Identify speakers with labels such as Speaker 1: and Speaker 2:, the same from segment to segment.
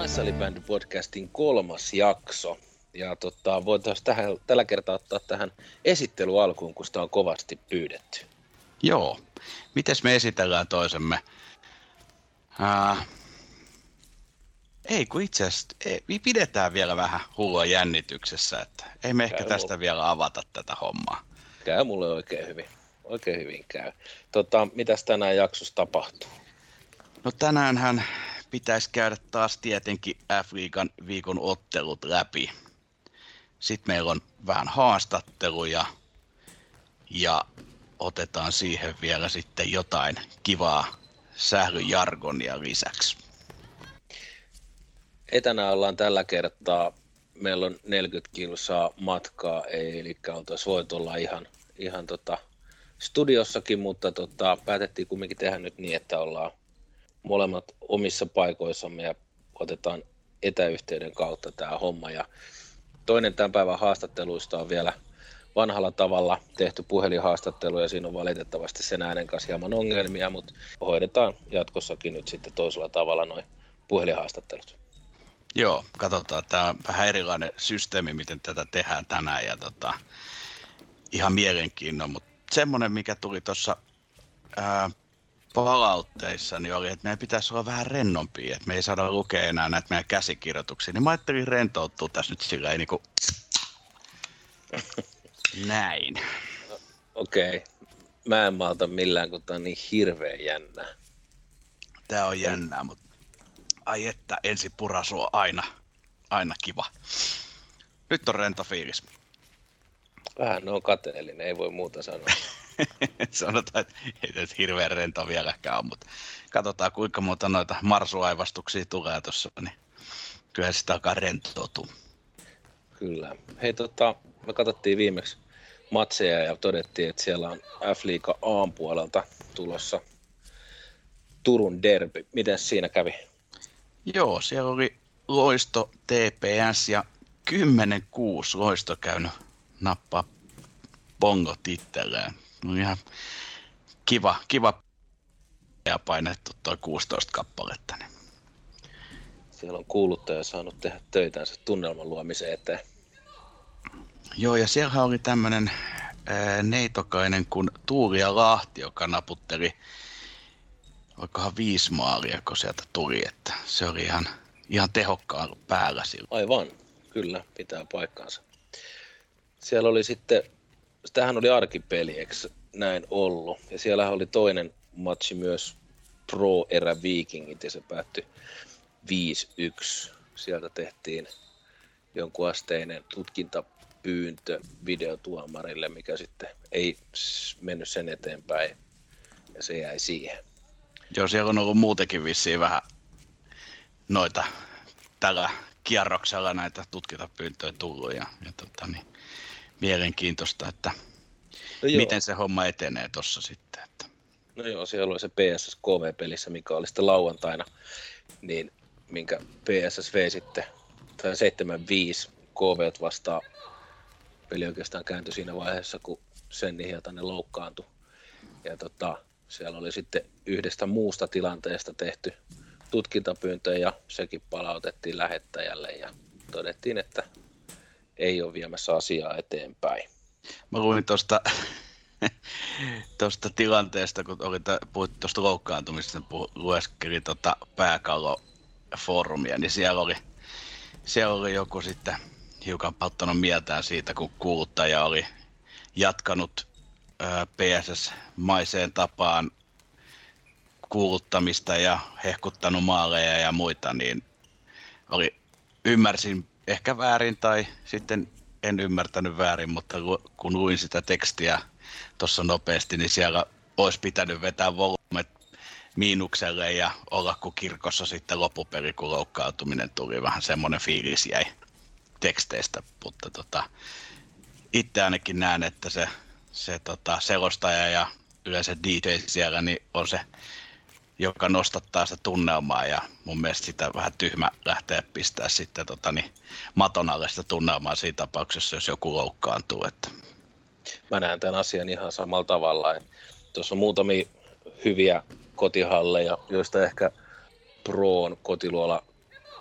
Speaker 1: Naissalibändi-podcastin 3. jakso. Ja voitaisiin tällä kertaa ottaa tähän esittely alkuun, kun sitä on kovasti pyydetty.
Speaker 2: Joo. Mites me esitellään toisemme? Ei, kun itse asiassa pidetään vielä vähän hullua jännityksessä, että ei me ehkä tästä vielä avata tätä hommaa.
Speaker 1: Käy mulle oikein hyvin. Oikein hyvin käy. Mitäs tänään jaksossa tapahtuu?
Speaker 2: No tänäänhän pitäisi käydä taas tietenkin F-liigan viikon ottelut läpi. Sitten meillä on vähän haastatteluja ja otetaan siihen vielä sitten jotain kivaa sählyjargonia lisäksi.
Speaker 1: Etänä ollaan tällä kertaa. Meillä on 40 kilsaa matkaa, eli oltaisiin voitu olla ihan studiossakin, mutta päätettiin kumminkin tehdä nyt niin, että ollaan molemmat omissa paikoissamme ja otetaan etäyhteyden kautta tämä homma. Ja toinen tämän päivän haastatteluista on vielä vanhalla tavalla tehty puhelinhaastattelu ja siinä on valitettavasti sen äänen kanssa hieman ongelmia, mutta hoidetaan jatkossakin nyt sitten toisella tavalla noin puhelinhaastattelut.
Speaker 2: Joo, katsotaan. Tämä on vähän erilainen systeemi, miten tätä tehdään tänään ja ihan mielenkiinnolla, mutta semmoinen, mikä tuli tuossa palautteissa, niin oli, että meidän pitäisi olla vähän rennompia, että me ei saada lukea enää näitä meidän käsikirjoituksia, niin mä ajattelin rentoutua tässä nyt sillä ei niinku näin.
Speaker 1: Okei. Mä en malta millään, kun tää on niin hirveän jännää.
Speaker 2: Tää on jännää, mutta ai että ensi purasu on aina kiva. Nyt on rento fiilis.
Speaker 1: Vähän ne on kateellinen, ei voi muuta sanoa.
Speaker 2: Sanotaan, että ei nyt hirveän rento vieläkään ole, mutta katsotaan kuinka monta noita marsuaivastuksia tulee tuossa, niin kyllä sitä alkaa rentoutua.
Speaker 1: Kyllä. Hei me katsottiin viimeksi matseja ja todettiin, että siellä on F-liiga A:n puolelta tulossa Turun derby. Miten siinä kävi?
Speaker 2: Joo, siellä oli Loisto TPS ja 10-6 Loisto käynyt nappaa bongot itselleen. No ihan kiva ja painettu toi 16 kappaletta. Niin.
Speaker 1: Siellä on kuuluttaja saanut tehdä töitänsä tunnelman luomisen eteen.
Speaker 2: Joo, ja siellä oli tämmönen neitokainen kuin Tuulia Lahti, joka naputteli oikohan 5 maalia, kun sieltä tuli, että se oli ihan tehokkaan päällä silloin.
Speaker 1: Aivan, kyllä, pitää paikkaansa. Siellä oli sitten, tämähän oli arkipeli, eikö näin ollut? Ja siellä oli toinen matsi myös Pro-erä Vikingit ja se päättyi 5-1. Sieltä tehtiin jonkun asteinen tutkintapyyntö videotuomarille, mikä sitten ei mennyt sen eteenpäin ja se jäi siihen.
Speaker 2: Joo, siellä on ollut muutenkin vissiin vähän noita tällä kierroksella näitä tutkintapyyntöjä tullut ja mielenkiintoista, että miten se homma etenee tuossa sitten. Että.
Speaker 1: No joo, siellä oli se PSS KV-pelissä, mikä oli sitten lauantaina, niin minkä PSS vei sitten, tai 7-5 KVt vastaan. Peli oikeastaan kääntyi siinä vaiheessa, kun Senni Hietanen loukkaantui. Ja siellä oli sitten yhdestä muusta tilanteesta tehty tutkintapyyntö ja sekin palautettiin lähettäjälle ja todettiin, että ei ole viemässä asiaa eteenpäin.
Speaker 2: Mä luin tuosta tilanteesta, kun puhuttiin tuosta loukkaantumista, lueskelin pääkallofoorumia, niin siellä oli joku sitten hiukan pauttanut mieltään siitä, kun kuuluttaja oli jatkanut PSS-maiseen tapaan kuuluttamista ja hehkuttanut maaleja ja muita, niin ymmärsin ehkä väärin tai sitten en ymmärtänyt väärin, mutta kun luin sitä tekstiä tuossa nopeasti, niin siellä olisi pitänyt vetää volyymet miinukselle ja olla kuin kirkossa sitten loppupeli, kun loukkaantuminen tuli. Vähän semmoinen fiilis jäi teksteistä, mutta itse ainakin näen, että se selostaja ja yleensä DJ siellä niin on se, joka nostattaa sitä tunnelmaa ja mun mielestä sitä vähän tyhmä lähteä pistää sitten maton alle sitä tunnelmaa siinä tapauksessa, jos joku loukkaantuu. Että.
Speaker 1: Mä näen tämän asian ihan samalla tavalla. Tuossa on muutamia hyviä kotihalleja, joista ehkä Proon kotiluola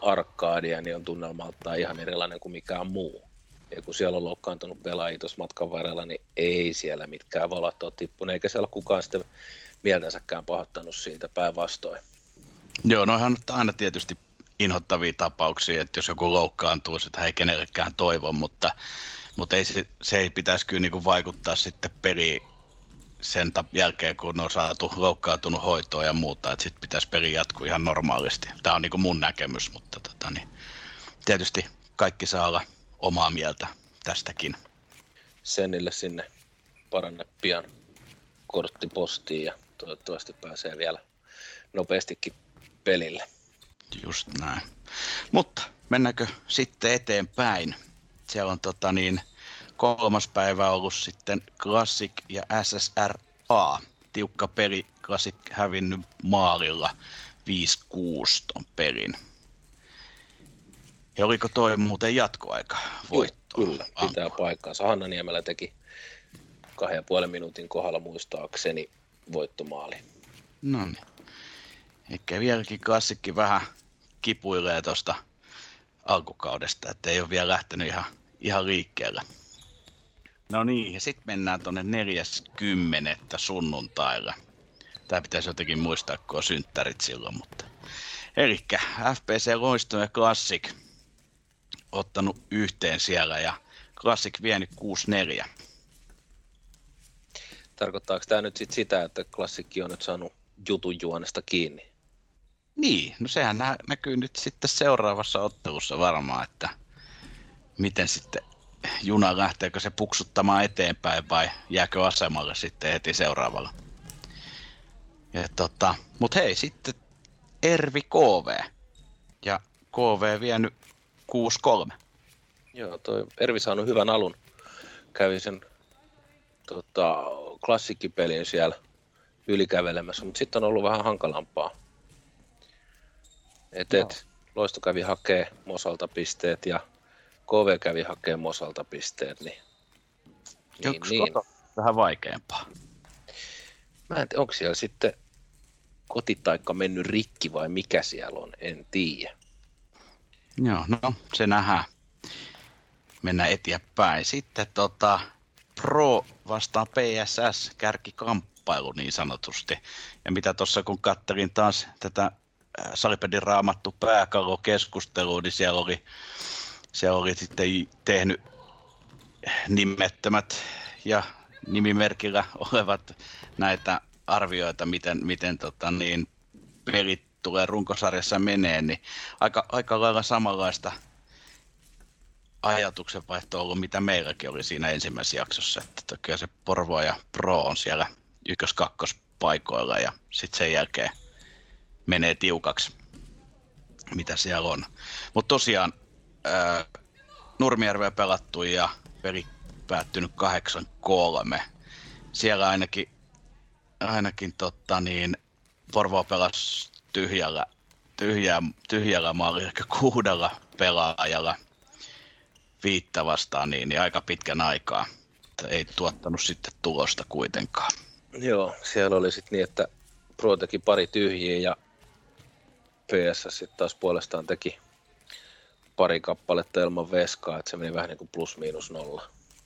Speaker 1: Arkadia, niin on tunnelmaltaan ihan erilainen kuin mikään muu. Ja kun siellä on loukkaantunut pelaajia tuossa matkan varrella, niin ei siellä mitkään valot ole tippunut, eikä siellä ole kukaan sitten mieltänsäkään pahoittanut siitä, päinvastoin.
Speaker 2: Joo, noihan on aina tietysti inhottavia tapauksia, että jos joku loukkaantuu, sitä ei kenellekään toivo, mutta ei se ei pitäisi kyllä niinku vaikuttaa sitten peliin sen jälkeen, kun on saatu loukkaantunut hoitoa ja muuta, että sitten pitäisi peli jatkuu ihan normaalisti. Tämä on niinku mun näkemys, mutta tietysti kaikki saa olla omaa mieltä tästäkin.
Speaker 1: Sennille sinne paranne pian korttipostiin ja toivottavasti pääsee vielä nopeastikin pelille.
Speaker 2: Just näin. Mutta mennäänkö sitten eteenpäin? Siellä on 3. päivä ollut sitten Classic ja SSRA. Tiukka peli, Classic hävinnyt maalilla 5-6 ton pelin. Ja oliko toi muuten jatkoaika voitto?
Speaker 1: Kyllä, pitää paikkaansa. Hanna Niemelä teki 2,5 minuutin kohdalla muistaakseni voittomaali.
Speaker 2: No niin. Eikä vieläkin Klassikki vähän kipuilee tuosta alkukaudesta, että ei ole vielä lähtenyt ihan liikkeelle. No niin, ja sitten mennään tuonne 40. sunnuntaille. Tämä pitäisi jotenkin muistaa, kun on synttärit silloin, mutta... Elikkä FPC Loisto ja Classic ottanut yhteen siellä ja Classic vienyt 6-4.
Speaker 1: Tarkoittaako tämä nyt sitä, että Klassikki on nyt saanut jutun juonesta kiinni?
Speaker 2: Niin, no sehän näkyy nyt sitten seuraavassa ottelussa varmaan, että miten sitten juna lähteekö se puksuttamaan eteenpäin vai jääkö asemalle sitten heti seuraavalla. Mutta hei, sitten Ervi KV ja KV vienyt 6-3.
Speaker 1: Joo, toi Ervi saanut hyvän alun. Kävi sen klassikkipelin siellä ylikävelemässä, mutta sitten on ollut vähän hankalampaa. Loisto kävi hakee Mosalta pisteet ja KV kävi hakee Mosalta pisteet. Niin.
Speaker 2: Vähän vaikeampaa.
Speaker 1: Mä en tiedä, onko siellä sitten kotitaikka mennyt rikki vai mikä siellä on, en tiedä.
Speaker 2: Joo, no se nähdään. Mennään eteenpäin. Sitten Pro vastaan PSS, kärkikamppailu niin sanotusti. Ja mitä tuossa kun katselin taas tätä Salipedin raamattu pääkallokeskustelua, niin siellä oli sitten tehnyt nimettömät ja nimimerkillä olevat näitä arvioita, miten pelit tulee runkosarjassa menee, niin aika lailla samanlaista ajatuksenvaihtoa ollut, mitä meilläkin oli siinä ensimmäisessä jaksossa, että kyllä se Porvo ja Pro on siellä ykkös-kakkospaikoilla ja sitten sen jälkeen menee tiukaksi, mitä siellä on. Mutta tosiaan Nurmijärveä pelattu ja peli päättynyt 8-3. Siellä ainakin Porvo pelasi tyhjällä maalilla, eli 6 pelaajalla 5 vastaan, niin aika pitkän aikaa. Ei tuottanut sitten tulosta kuitenkaan.
Speaker 1: Joo, siellä oli sitten niin, että Pro teki pari tyhjiä ja PS sitten taas puolestaan teki pari kappaletta ilman veskaa, että se meni vähän niin kuin +-0.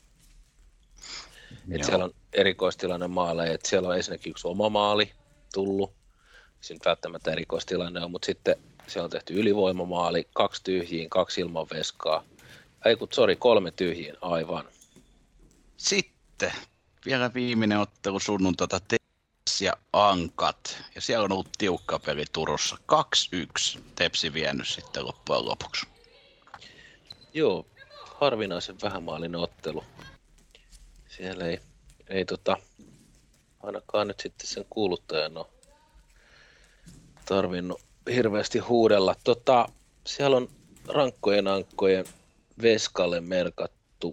Speaker 1: Et siellä on erikoistilanne maaleja, että siellä on ensinnäkin yksi oma maali tullut, siinä välttämättä erikoistilanne on, mutta sitten siellä on tehty ylivoimamaali, 2 tyhjiin, 2 ilman veskaa. 3 tyhjiin, aivan.
Speaker 2: Sitten vielä viimeinen ottelu sunnuntaita Teps ja Ankat, ja siellä on ollut tiukka peli Turussa, 2-1 Tepsi vienyt sitten loppujen lopuksi.
Speaker 1: Joo, harvinaisen vähämaalinen ottelu. Siellä ei ainakaan nyt sitten sen kuuluttajan ole tarvinnut hirveästi huudella. Siellä on rankkojen ankkojen veskalle merkattu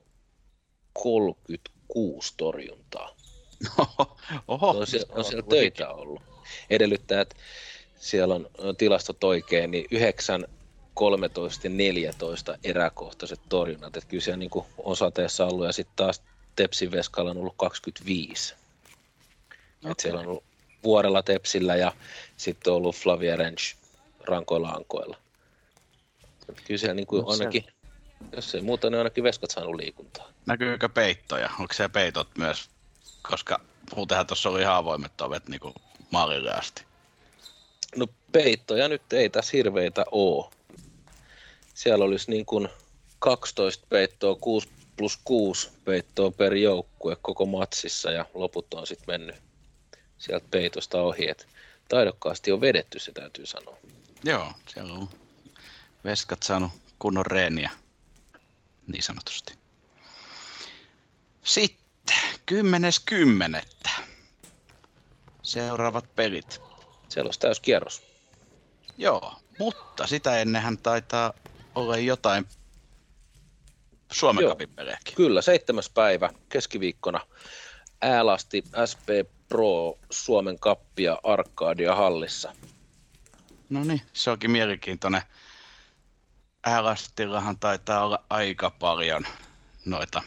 Speaker 1: 36 torjuntaa.
Speaker 2: Oho,
Speaker 1: on siellä töitä ollut. Edellyttää, että siellä on tilastot oikein, niin 9, 13 ja 14 eräkohtaiset torjunnat. Että kyllä siellä niin kuin on sateessa ollut ja sitten taas Tepsin veskalla on ollut 25. Okay. Et siellä on ollut Vuorella Tepsillä ja sitten on ollut Flavia Ranch rankoilla ankoilla. Kyllä siellä niin kuin ainakin, jos ei muuta, niin ainakin veskat saanut liikuntaa.
Speaker 2: Näkyykö peittoja? Onko siellä peitot myös? Koska muutenhan tuossa oli ihan avoimet ovet niin kuin maalille asti.
Speaker 1: No peittoja nyt ei tässä hirveitä oo. Siellä olisi niin kuin 12 peittoa, 6+6 peittoa per joukkue koko matsissa ja loput on sitten mennyt sieltä peitosta ohi. Et taidokkaasti on vedetty, se täytyy sanoa.
Speaker 2: Joo, siellä on veskat saanut kunnon reeniä, niin sanotusti. Sitten 10.10. Seuraavat pelit.
Speaker 1: Siellä olisi täyskierros.
Speaker 2: Joo, mutta sitä ennenhän taitaa olla jotain Suomen Cupin pelejäkin.
Speaker 1: Kyllä, 7. päivä keskiviikkona Äälasti SP Pro Suomen Cupia Arcadia hallissa.
Speaker 2: No niin, se onkin mielenkiintoinen. Äälastillahan taitaa olla aika paljon noita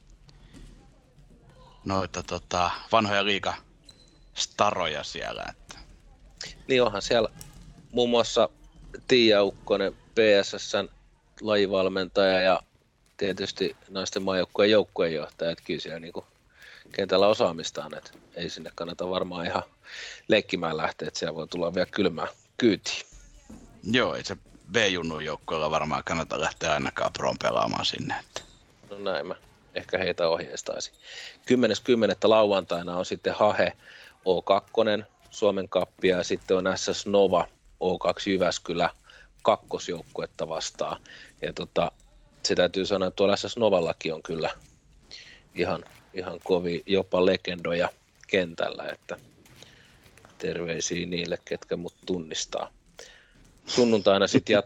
Speaker 2: vanhoja liigastaroja siellä. Että.
Speaker 1: Niin onhan siellä muun muassa Tiia Ukkonen, PSS:n lajivalmentaja ja tietysti naisten maajoukkueen joukkueenjohtaja, että kyllä siellä niinku kentällä osaamistaan, että ei sinne kannata varmaan ihan leikkimään lähteä, että siellä voi tulla vielä kylmää kyytiin.
Speaker 2: Joo, ei se B-junnun joukkueella varmaan kannata lähteä ainakaan Pron pelaamaan sinne. Että.
Speaker 1: No näin mä ehkä heitä ohjeistaisin. 10.10. lauantaina on sitten Hahe O2 Suomen Cuppia ja sitten on SS Nova O2 Jyväskylä kakkosjoukkuetta vastaan. Ja se täytyy sanoa, että tuolla SS Novallakin on kyllä ihan kovin jopa legendoja kentällä, että terveisiä niille, ketkä mut tunnistaa. Sunnuntaina sitten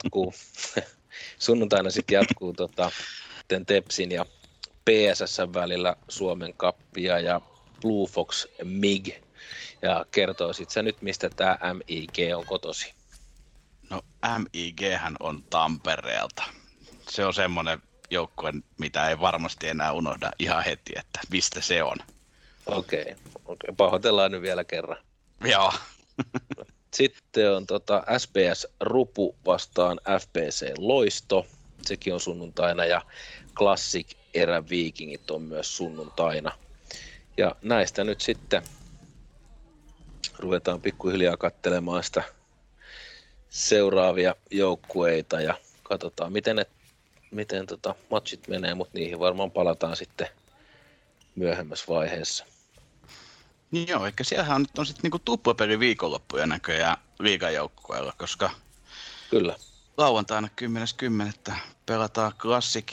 Speaker 1: jatkuu Tepsin ja PSS:n välillä Suomen Cupia ja Blue Fox MIG. Ja kertoo sitten sä nyt, mistä tämä MIG on kotosi.
Speaker 2: No MIGhän on Tampereelta. Se on semmoinen joukkue, mitä ei varmasti enää unohda ihan heti, että mistä se on.
Speaker 1: Okei. Pahoitellaan nyt vielä kerran.
Speaker 2: Joo.
Speaker 1: Sitten on SPS Rupu vastaan FPC Loisto. Sekin on sunnuntaina ja Classic Eräviikingit on myös sunnuntaina. Ja näistä nyt sitten ruvetaan pikkuhiljaa katselemaan sitä seuraavia joukkueita ja katsotaan miten matchit menee, mutta niihin varmaan palataan sitten myöhemmässä vaiheessa.
Speaker 2: Niin joo, eikä siellähän nyt on sitten niinku tuplapeli viikonloppuja näköjään liigajoukkueella, koska
Speaker 1: kyllä.
Speaker 2: Lauantaina 10.10. pelataan Classic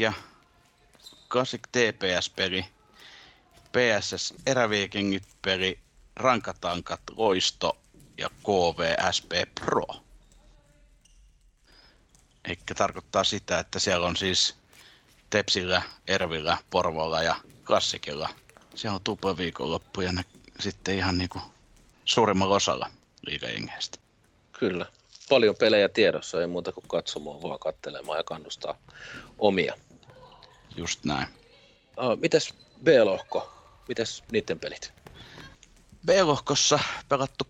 Speaker 2: TPS-peli, PSS Eräviikingit-peli, Rankatankat Loisto ja KVSP Pro. Eikä tarkoittaa sitä, että siellä on siis Tepsillä, Ervillä, Porvolla ja Klassikilla. Siellä on tuplaviikonloppuja sitten ihan niinku suurimmalla osalla liigajengeistä.
Speaker 1: Kyllä. Paljon pelejä tiedossa, ei muuta kuin katsomaan, vaan katselemaan ja kannustaa omia.
Speaker 2: Just näin.
Speaker 1: Mitäs B-lohko? Mitäs niiden pelit?
Speaker 2: B-lohkossa pelattu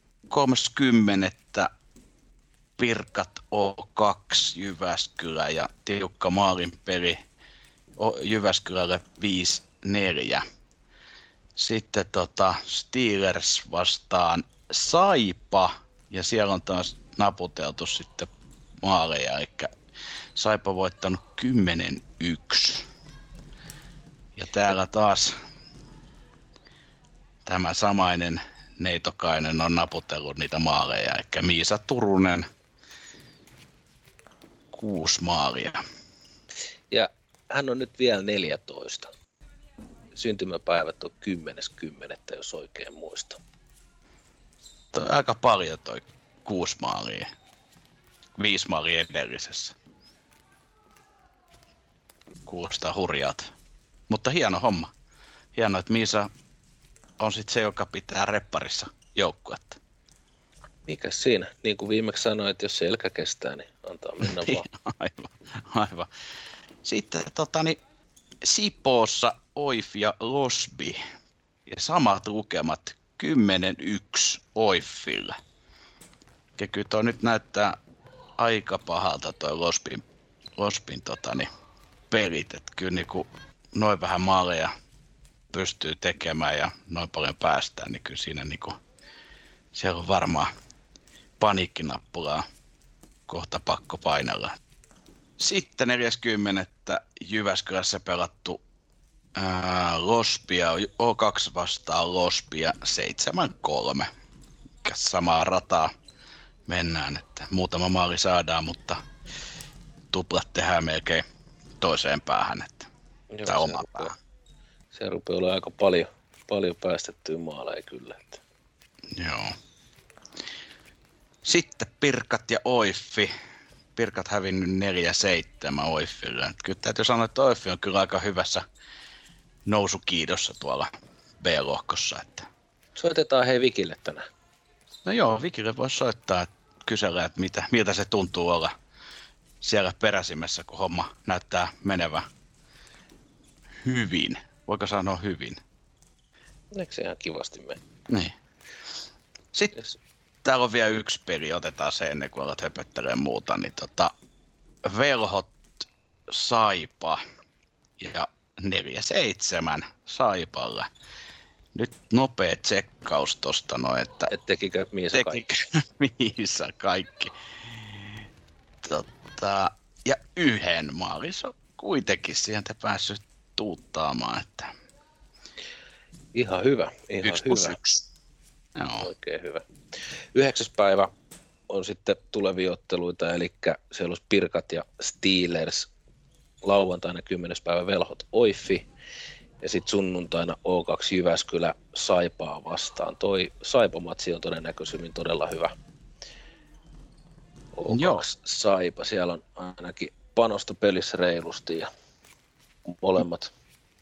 Speaker 2: 30. Pirkat O2 Jyväskylä ja tiukka maalin peli Jyväskylälle 5-4. Sitten Steelers vastaan Saipa ja siellä on taas naputeltu sitten maaleja, eli Saipa voittanut 10-1. Ja täällä taas tämä samainen Neitokainen on naputellut niitä maaleja, eli Miisa Turunen 6 maalia.
Speaker 1: Ja hän on nyt vielä 14. Syntymäpäivät on 10.10. jos oikein muistan.
Speaker 2: Toi aika paljon toi 6 maalia. 5 maalia edellisessä. Kuulostaa hurjalta. Mutta hieno homma. Hienoa, että Miisa on sitten se, joka pitää repparissa joukkuetta.
Speaker 1: Mikäs siinä? Niin kuin viimeksi sanoin, että jos selkä kestää, niin antaa mennä vaan.
Speaker 2: Aivan. Sitten Sipoossa Oif ja Losby. Ja samat lukemat 10-1 Oifilla. Ja kyllä toi nyt näyttää aika pahalta toi Losbyn Lospin pelit, että kyllä niinku noin vähän maaleja pystyy tekemään ja noin paljon päästään, niin kyllä siinä niinku, siellä on varmaan paniikkinappulaa kohta pakko painella. Sitten 40. Jyväskylässä pelattu Lospia, O2 vastaan Lospia 7-3. Samaa rataa mennään, että muutama maali saadaan, mutta tuplat tehdään melkein toiseen päähän, että tai omaan päähän.
Speaker 1: Se rupeaa olemaan aika paljon päästettyä maaleja kyllä. Että.
Speaker 2: Joo. Sitten Pirkat ja Oiffi. Pirkat hävinnyt 4-7 Oiffille. Kyllä täytyy sanoa, että Oiffi on kyllä aika hyvässä nousukiidossa tuolla B-lohkossa. Että.
Speaker 1: Soitetaan hei Vikille tänään.
Speaker 2: No joo, Vikille voisi soittaa, että kysellä, että miltä se tuntuu olla siellä peräsimessä, kun homma näyttää menevän hyvin. Voiko sanoa hyvin?
Speaker 1: Eikö se ihan kivasti mene?
Speaker 2: Niin. Sitten täällä on vielä yksi peli, otetaan se ennen kuin alat höpöttelemään muuta. Niin Velhot Saipa ja 4-7 Saipalla. Nyt nopea tsekkaus tosta noin, että
Speaker 1: tekikö Miisa kaikki?
Speaker 2: Miisa kaikki. Ja yhden maalis on kuitenkin sieltä päässyt tuuttaamaan, että
Speaker 1: ihan hyvä.
Speaker 2: 1+1. Joo.
Speaker 1: Oikein hyvä. 9. päivä on sitten tulevia otteluita, eli siellä olisi Pirkat ja Steelers. Lauantaina 10. päivä Velhot Oiffi. Ja sitten sunnuntaina O2 Jyväskylä Saipaa vastaan. Toi Saipa-matsi on todennäköisemmin todella hyvä. O2 Joo. Saipa, siellä on ainakin panosta pelissä reilusti ja molemmat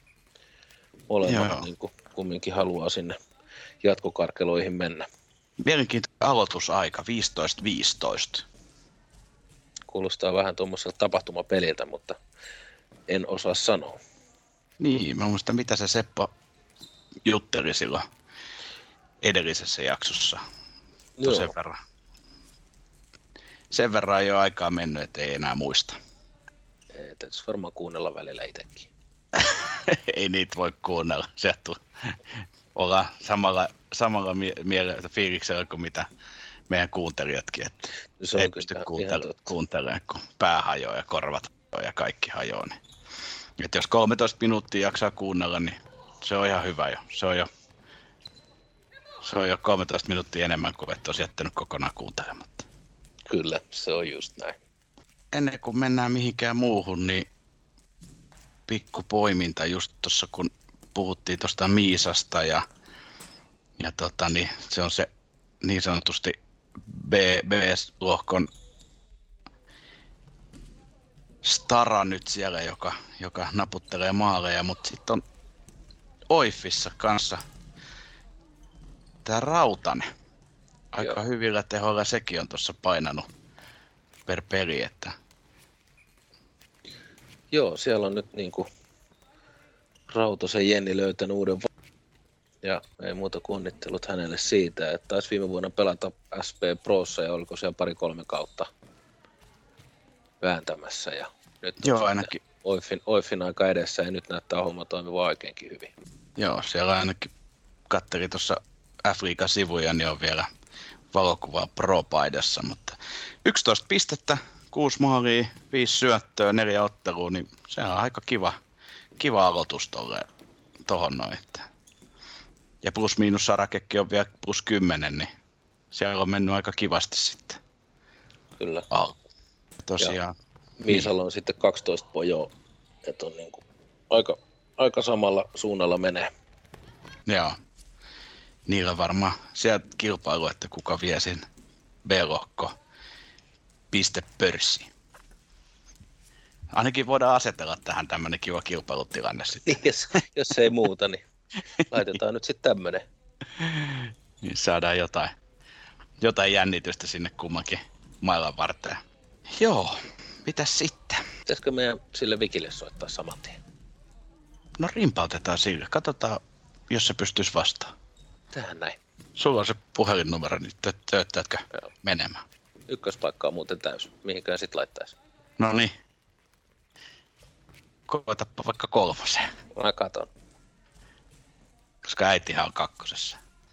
Speaker 1: niin kuin kumminkin haluaa sinne jatkokarkeloihin mennä.
Speaker 2: Mielenkiintoinen aloitusaika, 15:15.
Speaker 1: Kuulostaa vähän tuommoiselta tapahtumapeliltä, mutta en osaa sanoa.
Speaker 2: Niin, mä muistan mitä se Seppo jutteli silloin edellisessä jaksossa. Sen verran ei ole aikaa mennyt, ettei enää muista.
Speaker 1: Täytyisi varmaan kuunnella välillä itsekin.
Speaker 2: Ei niitä voi kuunnella. Sieltä ollaan samalla fiiliksellä kuin mitä meidän kuuntelijatkin. Että ei pysty kuuntelemaan, kun pää hajoaa ja korvat hajoaa ja kaikki hajoaa. Niin. Että jos 13 minuuttia jaksaa kuunnella, niin se on ihan hyvä jo. Se on jo 13 minuuttia enemmän kuin et olisi jättänyt kokonaan kuuntelematta.
Speaker 1: Kyllä, se on just näin.
Speaker 2: Ennen kuin mennään mihinkään muuhun, niin pikku poiminta just tuossa, kun puhuttiin tuosta Miisasta ja niin se on se niin sanotusti B-lohkon stara nyt siellä, joka naputtelee maaleja, mutta sitten on Oiffissa kanssa tää Rautanen. Aika hyvillä tehoilla sekin on tuossa painanut per peli, että
Speaker 1: joo, siellä on nyt niinku Rautasen Jenni löytänyt uuden ja ei muuta kuin onnittelut hänelle siitä, että taisi viime vuonna pelata SP Prossa ja oliko siellä 2-3 kautta vääntämässä ja nyt on
Speaker 2: ainakin
Speaker 1: Oiffin aika edessä ja nyt näyttää homma toimiva oikeinkin hyvin.
Speaker 2: Joo, siellä ainakin katteli tuossa F-liiga-sivuja, niin on vielä valokuvaa Pro-paidassa, mutta 11 pistettä, 6 maalia, 5 syöttöä, 4 ottelua, niin se on aika kiva aloitus tohon noin. Ja plus-miinus sarakekki on vielä +10, niin siellä on mennyt aika kivasti sitten.
Speaker 1: Kyllä.
Speaker 2: Tosiaan.
Speaker 1: Miisalla on sitten 12 pojoa, että on niinku aika samalla suunnalla menee.
Speaker 2: Joo. Niillä varmaan sieltä kilpailu, että kuka vie sen B-lohko pistepörssi. Ainakin voidaan asetella tähän tämmönen kiva kilpailutilanne sitten.
Speaker 1: Jos ei muuta, niin laitetaan nyt sitten tämmönen.
Speaker 2: Niin saadaan jotain jännitystä sinne kummankin mailan varteen. Joo, mitäs sitten?
Speaker 1: Pitäisikö meidän sille Vikille soittaa saman tien?
Speaker 2: No rimpautetaan sille. Katsotaan, jos se pystyisi vastaamaan.
Speaker 1: Tähän näin.
Speaker 2: Sulla on se puhelinnumero, niin tööttäätkö menemään?
Speaker 1: Ykköspaikka on muuten täys. Mihinkään sit laittaisi?
Speaker 2: No niin. koetapa vaikka 3.
Speaker 1: Mä katon.
Speaker 2: Koska äitihän on 2.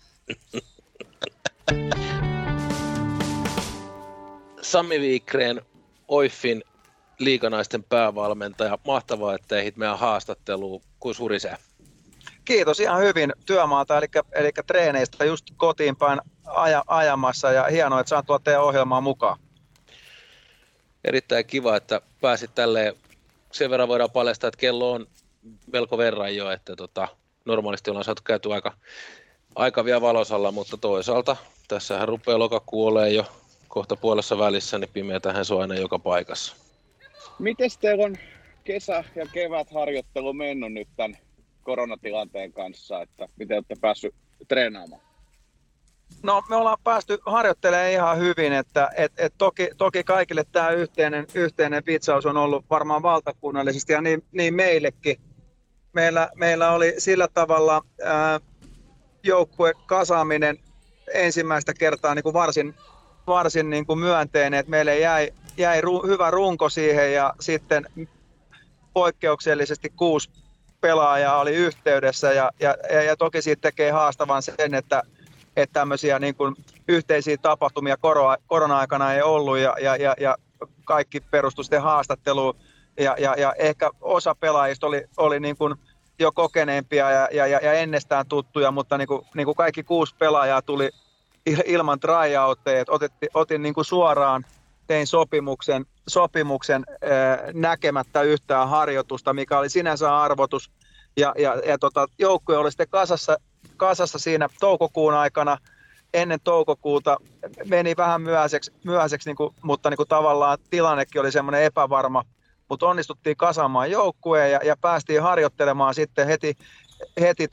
Speaker 1: Sami Viikreen, OIFin liiganaisten päävalmentaja. Mahtavaa, että ehdit meidän haastatteluun. Kuin surisee?
Speaker 3: Kiitos, ihan hyvin työmaata, eli treeneistä just kotiin päin ajamassa ja hienoa, että saan tulla teidän ohjelmaan mukaan.
Speaker 1: Erittäin kiva, että pääsit tälleen. Sen verran voidaan paljastaa, että kello on melko verran jo, että normaalisti ollaan saatu käyty aika vielä valosalla, mutta toisaalta tässähän rupeaa lokakuu olemaan jo kohta puolessa välissä, niin pimeätähän se on aina joka paikassa.
Speaker 4: Mites teillä on kesä- ja kevätharjoittelu mennyt nyt tämän koronatilanteen kanssa, että miten olette päässyt treenaamaan?
Speaker 3: No me ollaan päästy harjoittelemaan ihan hyvin, että toki kaikille tämä yhteinen vitsaus on ollut varmaan valtakunnallisesti ja niin meillekin. Meillä oli sillä tavalla joukkue kasaaminen ensimmäistä kertaa niin kuin varsin niin kuin myönteinen, että meille jäi hyvä runko siihen ja sitten poikkeuksellisesti 6 pelaajaa oli yhteydessä ja toki siitä tekee haastavan sen, että tämmöisiä niin kuin yhteisiä tapahtumia korona-aikana ei ollut ja kaikki perustui sitten haastatteluun ja ehkä osa pelaajista oli niin kuin jo kokeneempia ja ennestään tuttuja, mutta niin kuin kaikki 6 pelaajaa tuli ilman tryoutteja, otin niin kuin suoraan, tein sopimuksen näkemättä yhtään harjoitusta, mikä oli sinänsä arvotus ja joukkue oli sitten kasassa siinä toukokuun aikana. Ennen toukokuuta meni vähän myöhäiseksi mutta niin kuin tavallaan tilannekin oli semmoinen epävarma, mutta onnistuttiin kasaamaan joukkueen ja päästiin harjoittelemaan sitten heti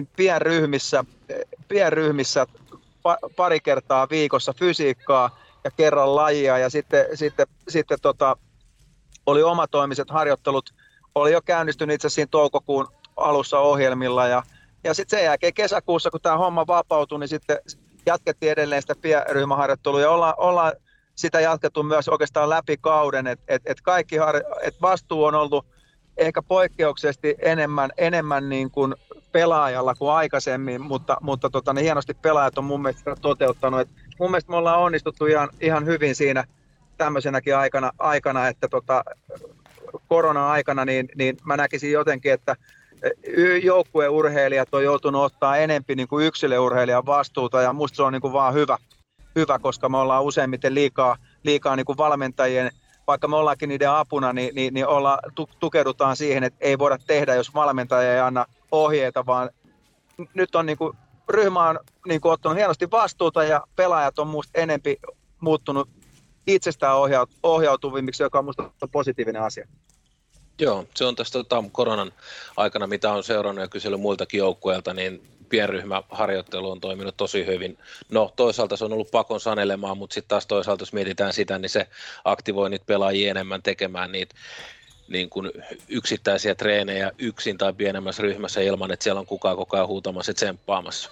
Speaker 3: pienryhmissä pari kertaa viikossa fysiikkaa ja kerran lajia ja sitten oli omatoimiset harjoittelut, oli jo käynnistynyt itse siinä toukokuun alussa ohjelmilla ja sitten sen jälkeen kesäkuussa, kun tämä homma vapautui, niin sitten jatkettiin edelleen sitä pienryhmäharjoittelua ja ollaan sitä jatkettu myös oikeastaan läpi kauden, että vastuu on ollut ehkä poikkeuksellisesti enemmän niin kuin pelaajalla kuin aikaisemmin, mutta niin hienosti pelaajat on mun mielestä toteuttanut. Et mun mielestä me ollaan onnistuttu ihan hyvin siinä tämmöisenäkin aikana että korona-aikana, niin mä näkisin jotenkin, että joukkueurheilijat on joutunut ottaa enemmän niin kuin yksilöurheilijan vastuuta ja musta se on niin kuin vaan hyvä, koska me ollaan useimmiten liikaa niin kuin valmentajien, vaikka me ollaankin niiden apuna, niin tukeudutaan siihen, että ei voida tehdä, jos valmentaja ei anna ohjeita, vaan nyt on niin kuin, ryhmä on niin kuin ottanut hienosti vastuuta ja pelaajat on musta enempi muuttunut itsestään ohjautuvimmiksi, joka on musta positiivinen asia.
Speaker 1: Joo, se on tästä koronan aikana, mitä on seurannut ja kysellyt muiltakin joukkueilta, niin pienryhmäharjoittelu on toiminut tosi hyvin. No toisaalta se on ollut pakon sanelemaan, mutta sitten taas toisaalta jos mietitään sitä, niin se aktivoi niitä pelaajia enemmän tekemään niitä niin kuin yksittäisiä treenejä yksin tai pienemmässä ryhmässä ilman, että siellä on kukaan koko ajan huutamassa ja tsemppaamassa.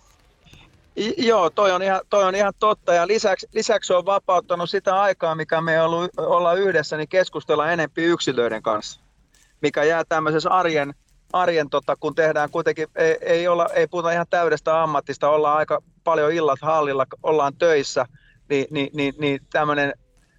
Speaker 3: Joo, toi on ihan totta ja lisäksi on vapauttanut sitä aikaa, mikä me ollaan yhdessä, niin keskustella enempi yksilöiden kanssa, mikä jää tämmöisessä arjen kun tehdään kuitenkin, ei puhuta ihan täydestä ammattista, ollaan aika paljon illat hallilla, ollaan töissä, niin tämmöinen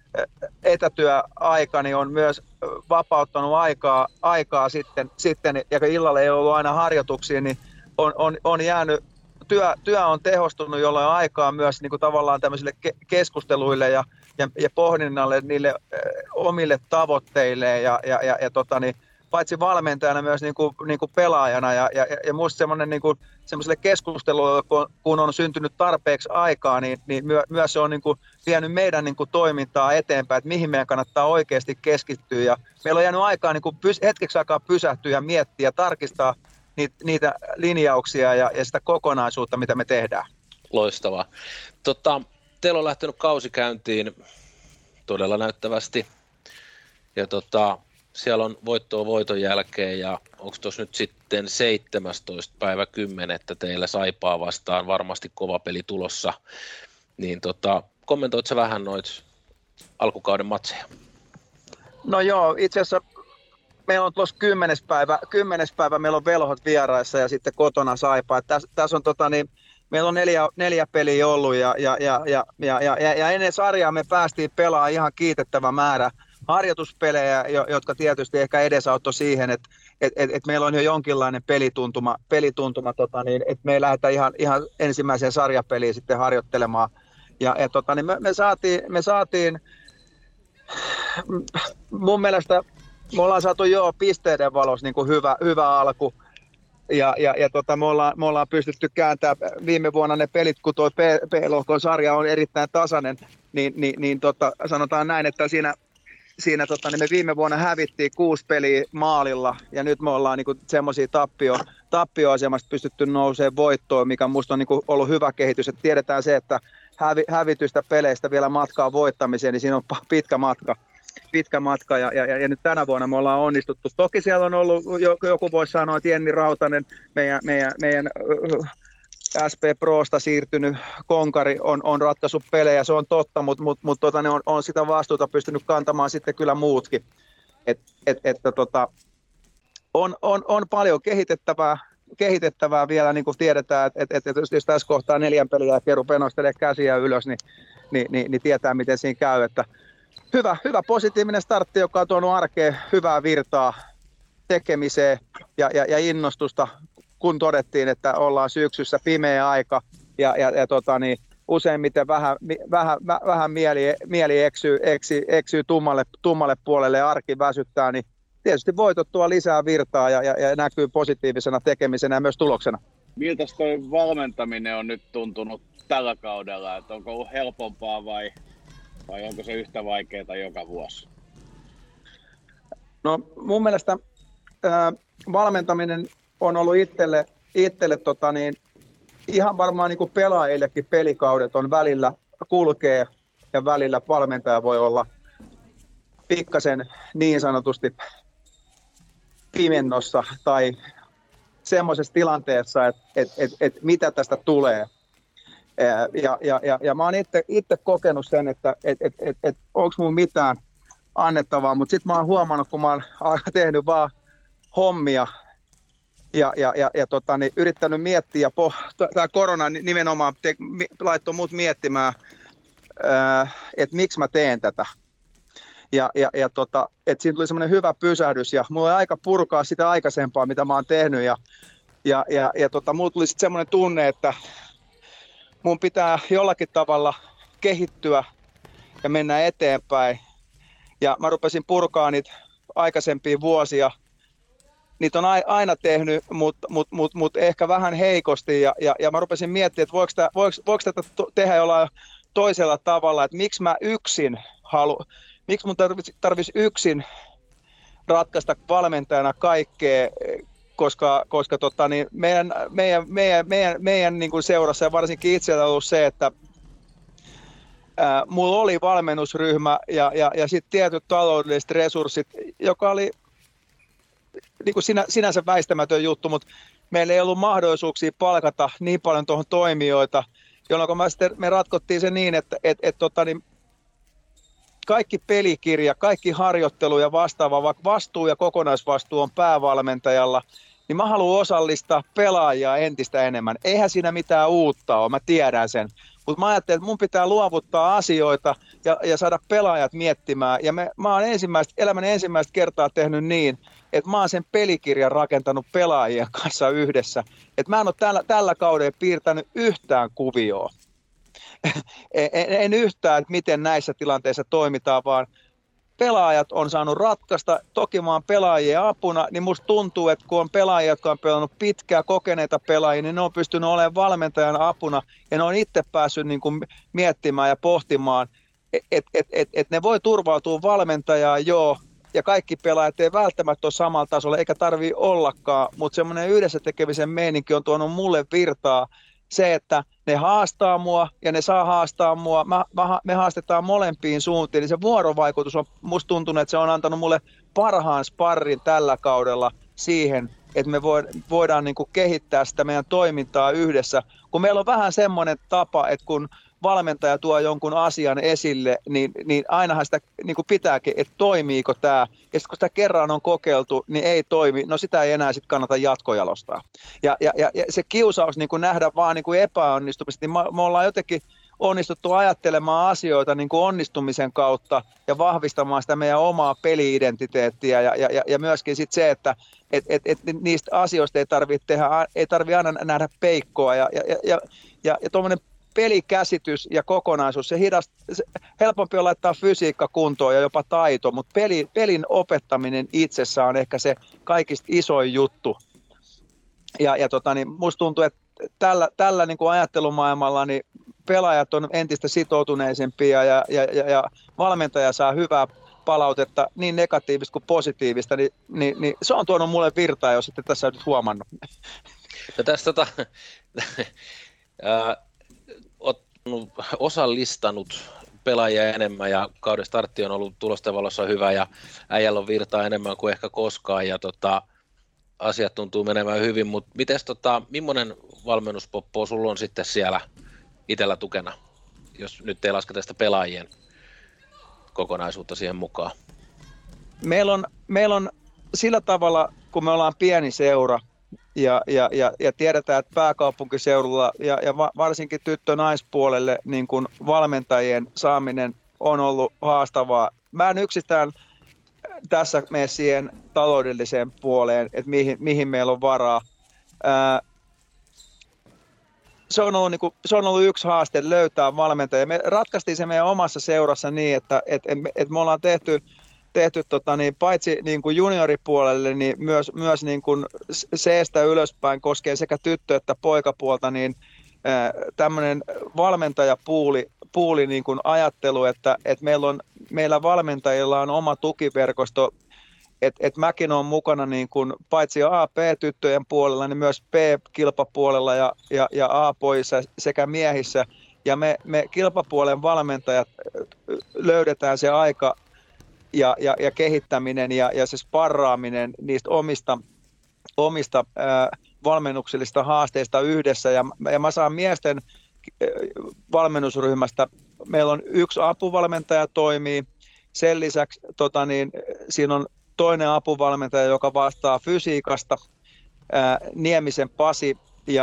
Speaker 3: etätyöaika niin on myös vapauttanut aikaa sitten, ja kun illalla ei ollut aina harjoituksia, niin on jäänyt, työ on tehostunut, jolloin aikaa myös niin kuin tavallaan tämmöisille keskusteluille ja pohdinnalle niille omille tavoitteille niin paitsi valmentajana myös niin kuin pelaajana ja musta semmoinen niin kuin semmoiselle keskustelulle, kun on syntynyt tarpeeksi aikaa, niin myös se on niin kuin vienyt meidän niin kuin toimintaa eteenpäin, että mihin meidän kannattaa oikeasti keskittyä ja meillä on jäänyt aikaa niin kuin hetkeksi aikaa pysähtyä ja miettiä ja tarkistaa niitä linjauksia ja sitä kokonaisuutta, mitä me tehdään.
Speaker 1: Loistavaa. Teillä on lähtenyt kausi käyntiin todella näyttävästi ja siellä on voittoa voiton jälkeen ja onko tuossa nyt sitten 17.10. teillä Saipaa vastaan varmasti kova peli tulossa, niin kommentoit sä vähän noita alkukauden matseja?
Speaker 3: No joo, itse asiassa meillä on tuossa 10. päivä meillä on Velhot vieraissa ja sitten kotona Saipa. Tässä on meillä on neljä peliä ollut ja ennen sarjaa me päästiin pelaamaan ihan kiitettävä määrä harjoituspelejä, jotka tietysti ehkä edesauttoi siihen, että meillä on jo jonkinlainen pelituntuma että me ei lähdetä ihan ensimmäiseen sarjapeliin sitten harjoittelemaan. Me saatiin mun mielestä me ollaan saatu pisteiden valossa niin kuin hyvä alku. Me ollaan pystytty kääntämään viime vuonna ne pelit, kun tuo B-lohkon sarja on erittäin tasainen, niin sanotaan näin, että siinä me viime vuonna hävittiin 6 peliä maalilla, ja nyt me ollaan niin semmoisia tappioasemasta pystytty nousemaan voittoon, mikä musta on niin ollut hyvä kehitys. Et tiedetään se, että hävitystä peleistä vielä matkaa voittamiseen, niin siinä on pitkä matka ja nyt tänä vuonna me ollaan onnistuttu. Toki siellä on ollut, joku voisi sanoa, että Jenni Rautanen, meidän SP Prosta siirtynyt konkari on ratkaissut pelejä, se on totta, mutta on sitä vastuuta pystynyt kantamaan sitten kyllä muutkin. On paljon kehitettävää vielä, niin kuin tiedetään, että jos tässä kohtaa 4 peliä ja rupeaa nostelemaan käsiä ylös, niin tietää, miten siinä käy. Että hyvä positiivinen startti, joka on tuonut arkeen hyvää virtaa tekemiseen ja innostusta, kun todettiin, että ollaan syksyssä pimeä aika ja useimmiten vähän mieli eksyy tummalle puolelle ja arki väsyttää, niin tietysti voitot tuo lisää virtaa ja näkyy positiivisena tekemisenä ja myös tuloksena.
Speaker 4: Miltä toi valmentaminen on nyt tuntunut tällä kaudella? Että onko ollut helpompaa vai onko se yhtä vaikeaa joka vuosi?
Speaker 3: No mun mielestä valmentaminen on ollut itselle ihan varmaan niin kuin pelaajillekin pelikaudet on välillä kulkee ja välillä valmentaja voi olla pikkasen niin sanotusti pimennossa tai semmoisessa tilanteessa, että mitä tästä tulee. Ja mä oon itse kokenut sen, että onko mun mitään annettavaa, mutta sitten mä oon huomannut, kun mä oon tehnyt vaan hommia ja yrittänyt miettiä, tämä korona nimenomaan laittoi mut miettimään, että miksi mä teen tätä. Että siinä tuli semmoinen hyvä pysähdys ja mulla oli aika purkaa sitä aikaisempaa, mitä mä oon tehnyt ja mulla tuli sitten semmoinen tunne, että mun pitää jollakin tavalla kehittyä ja mennä eteenpäin. Ja mä rupesin purkaa niitä aikaisempia vuosia. Niitä on aina tehnyt, mutta ehkä vähän heikosti. Ja mä rupesin miettimään, että voiko tätä tehdä jollain toisella tavalla. Että miksi mun tarvitsisi yksin ratkaista valmentajana kaikkea, koska meidän niin kuin seurassa ja varsinkin itsellä on ollut se, että mulla oli valmennusryhmä ja sitten tietyt taloudelliset resurssit, joka oli niin kuin sinänsä väistämätön juttu, mutta meillä ei ollut mahdollisuuksia palkata niin paljon tuohon toimijoita, jolloin me ratkottiin se niin, että kaikki pelikirja, kaikki harjoittelu ja vastaava, vaikka vastuu ja kokonaisvastuu on päävalmentajalla, niin mä haluan osallistaa pelaajia entistä enemmän. Eihän siinä mitään uutta ole, mä tiedän sen. Mutta mä ajattelin, että mun pitää luovuttaa asioita ja saada pelaajat miettimään. Ja mä oon elämäni ensimmäistä kertaa tehnyt niin, että mä oon sen pelikirjan rakentanut pelaajien kanssa yhdessä. Että mä en ole tällä kaudella piirtänyt yhtään kuvioa. En yhtään, että miten näissä tilanteissa toimitaan, vaan pelaajat on saanut ratkaista. Toki mä oon pelaajien apuna, niin musta tuntuu, että kun on pelaajia, jotka on pelannut pitkää kokeneita pelaajia, niin ne on pystynyt olemaan valmentajan apuna ja ne on itse päässyt niin kuin miettimään ja pohtimaan, että ne voi turvautua valmentajaan, ja kaikki pelaajat ei välttämättä ole samalla tasolla, eikä tarvitse ollakaan, mutta semmoinen yhdessä tekemisen meininki on tuonut mulle virtaa. Se, että ne haastaa mua ja ne saa haastaa mua, me haastetaan molempiin suuntiin, niin se vuorovaikutus on, musta tuntunut, että se on antanut mulle parhaan sparrin tällä kaudella siihen, että me voidaan niin kuin kehittää sitä meidän toimintaa yhdessä. Kun meillä on vähän semmoinen tapa, että kun valmentaja tuo jonkun asian esille, niin ainahan sitä niin kuin pitääkin, että toimiiko tämä. Ja sitten kun sitä kerran on kokeiltu, niin ei toimi, no sitä ei enää sitten kannata jatkojalostaa. Ja se kiusaus niin kuin nähdä vaan niin kuin epäonnistumista, niin me ollaan jotenkin onnistuttu ajattelemaan asioita niin kuin onnistumisen kautta ja vahvistamaan sitä meidän omaa peli-identiteettiä ja myöskin sit se, että niistä asioista ei tarvitse aina nähdä peikkoa ja tuommoinen pelikäsitys ja kokonaisuus, se helpompi on laittaa fysiikka kuntoon ja jopa taito, mutta pelin opettaminen itsessään on ehkä se kaikista isoin juttu. Musta tuntuu, että tällä niin kuin ajattelumaailmalla niin pelaajat on entistä sitoutuneisempia ja valmentaja saa hyvää palautetta, niin negatiivista kuin positiivista, niin se on tuonut mulle virtaa, jos ette tässä nyt huomannut.
Speaker 1: No tässä osallistanut pelaajia enemmän ja kauden startti on ollut tulosten valossa hyvä ja äijällä on virtaa enemmän kuin ehkä koskaan ja asiat tuntuu menemään hyvin, mutta millainen valmennuspoppo sulla on sitten siellä itsellä tukena, jos nyt ei lasketa sitä pelaajien kokonaisuutta siihen mukaan?
Speaker 3: Meillä on sillä tavalla, kun me ollaan pieni seura ja tiedetään, että pääkaupunkiseudulla ja varsinkin tyttö-naispuolelle niin kun valmentajien saaminen on ollut haastavaa. Mä en yksistään tässä mene siihen taloudelliseen puoleen, että mihin meillä on varaa. Se on ollut yksi haaste löytää valmentajia. Me ratkaistiin se meidän omassa seurassa niin, että me ollaan tehty paitsi niin kuin junioripuolelle, niin myös niin kuin C-stä ylöspäin koskee sekä tyttö- että poikapuolta, niin tämmöinen valmentajapuuli niin kuin ajattelu, että meillä valmentajilla on oma tukiverkosto, että mäkin olen mukana niin kuin paitsi A-P-tyttöjen puolella, niin myös P-kilpapuolella ja A-pojissa sekä miehissä. Ja me kilpapuolen valmentajat löydetään se aika ja kehittäminen ja se sparraaminen niistä omista valmennuksellista haasteista yhdessä. Ja mä saan miesten valmennusryhmästä, meillä on yksi apuvalmentaja toimii, sen lisäksi siinä on toinen apuvalmentaja, joka vastaa fysiikasta, Niemisen Pasi,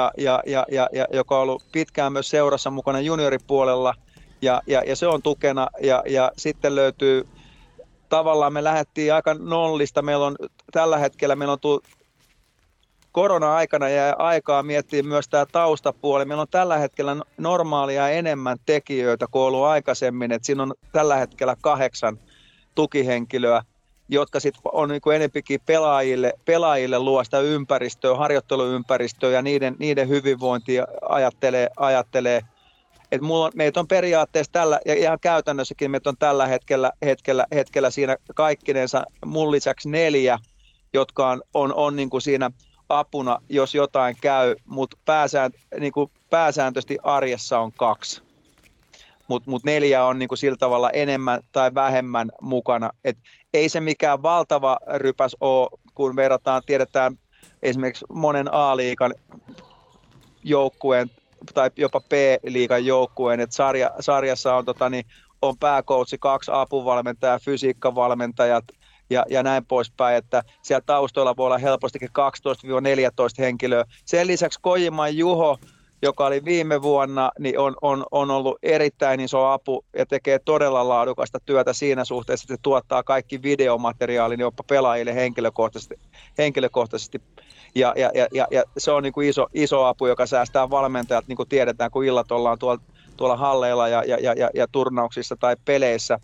Speaker 3: joka on ollut pitkään myös seurassa mukana junioripuolella, ja se on tukena, ja sitten löytyy, tavallaan me lähdettiin aika nollista, tällä hetkellä meillä on tullut korona-aikana ja aikaa miettiä myös tämä taustapuoli. Meillä on tällä hetkellä normaalia enemmän tekijöitä kuin ollut aikaisemmin, että siinä on tällä hetkellä 8 tukihenkilöä, jotka sitten on niin kuin enempikin pelaajille luo sitä ympäristöä, harjoitteluympäristöä ja niiden hyvinvointia ajattelee. Että meitä on periaatteessa ja ihan käytännössäkin meitä on tällä hetkellä siinä kaikkinensa mun lisäksi 4, jotka on niin kuin siinä apuna, jos jotain käy, mutta pääsääntöisesti arjessa on 2. Mut 4 on niinku sillä tavalla enemmän tai vähemmän mukana. Et ei se mikään valtava rypäs ole, kun tiedetään esimerkiksi monen A-liigan joukkueen tai jopa B-liigan joukkueen, että sarjassa on pääkoutsi, 2 apuvalmentajaa, fysiikkavalmentajat ja näin poispäin, että siellä taustoilla voi olla helpostikin 12-14 henkilöä. Sen lisäksi Kojiman Juho, joka oli viime vuonna, niin on ollut erittäin iso apu ja tekee todella laadukasta työtä siinä suhteessa, että se tuottaa kaikki videomateriaalin jopa pelaajille henkilökohtaisesti. Ja se on niin kuin iso apu, joka säästää valmentajat, niin kuin tiedetään, kun illat ollaan tuolla halleilla ja turnauksissa tai peleissä,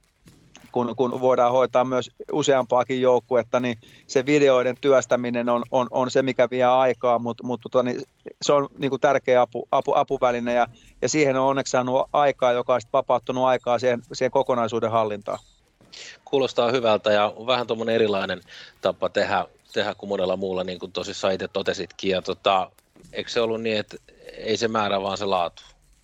Speaker 3: kun voidaan hoitaa myös useampaakin joukkuetta, niin se videoiden työstäminen on se, mikä vie aikaa, mutta se on niin kuin tärkeä apuväline ja siihen on onneksi saanut aikaa, joka on vapauttanut aikaa siihen kokonaisuuden hallintaan.
Speaker 1: Kuulostaa hyvältä ja on vähän tuommoinen erilainen tapa tehdä kuin monella muulla, niin kuin tosissaan itse totesitkin. Ja eikö se ollut niin, että ei se määrä, vaan se laatu?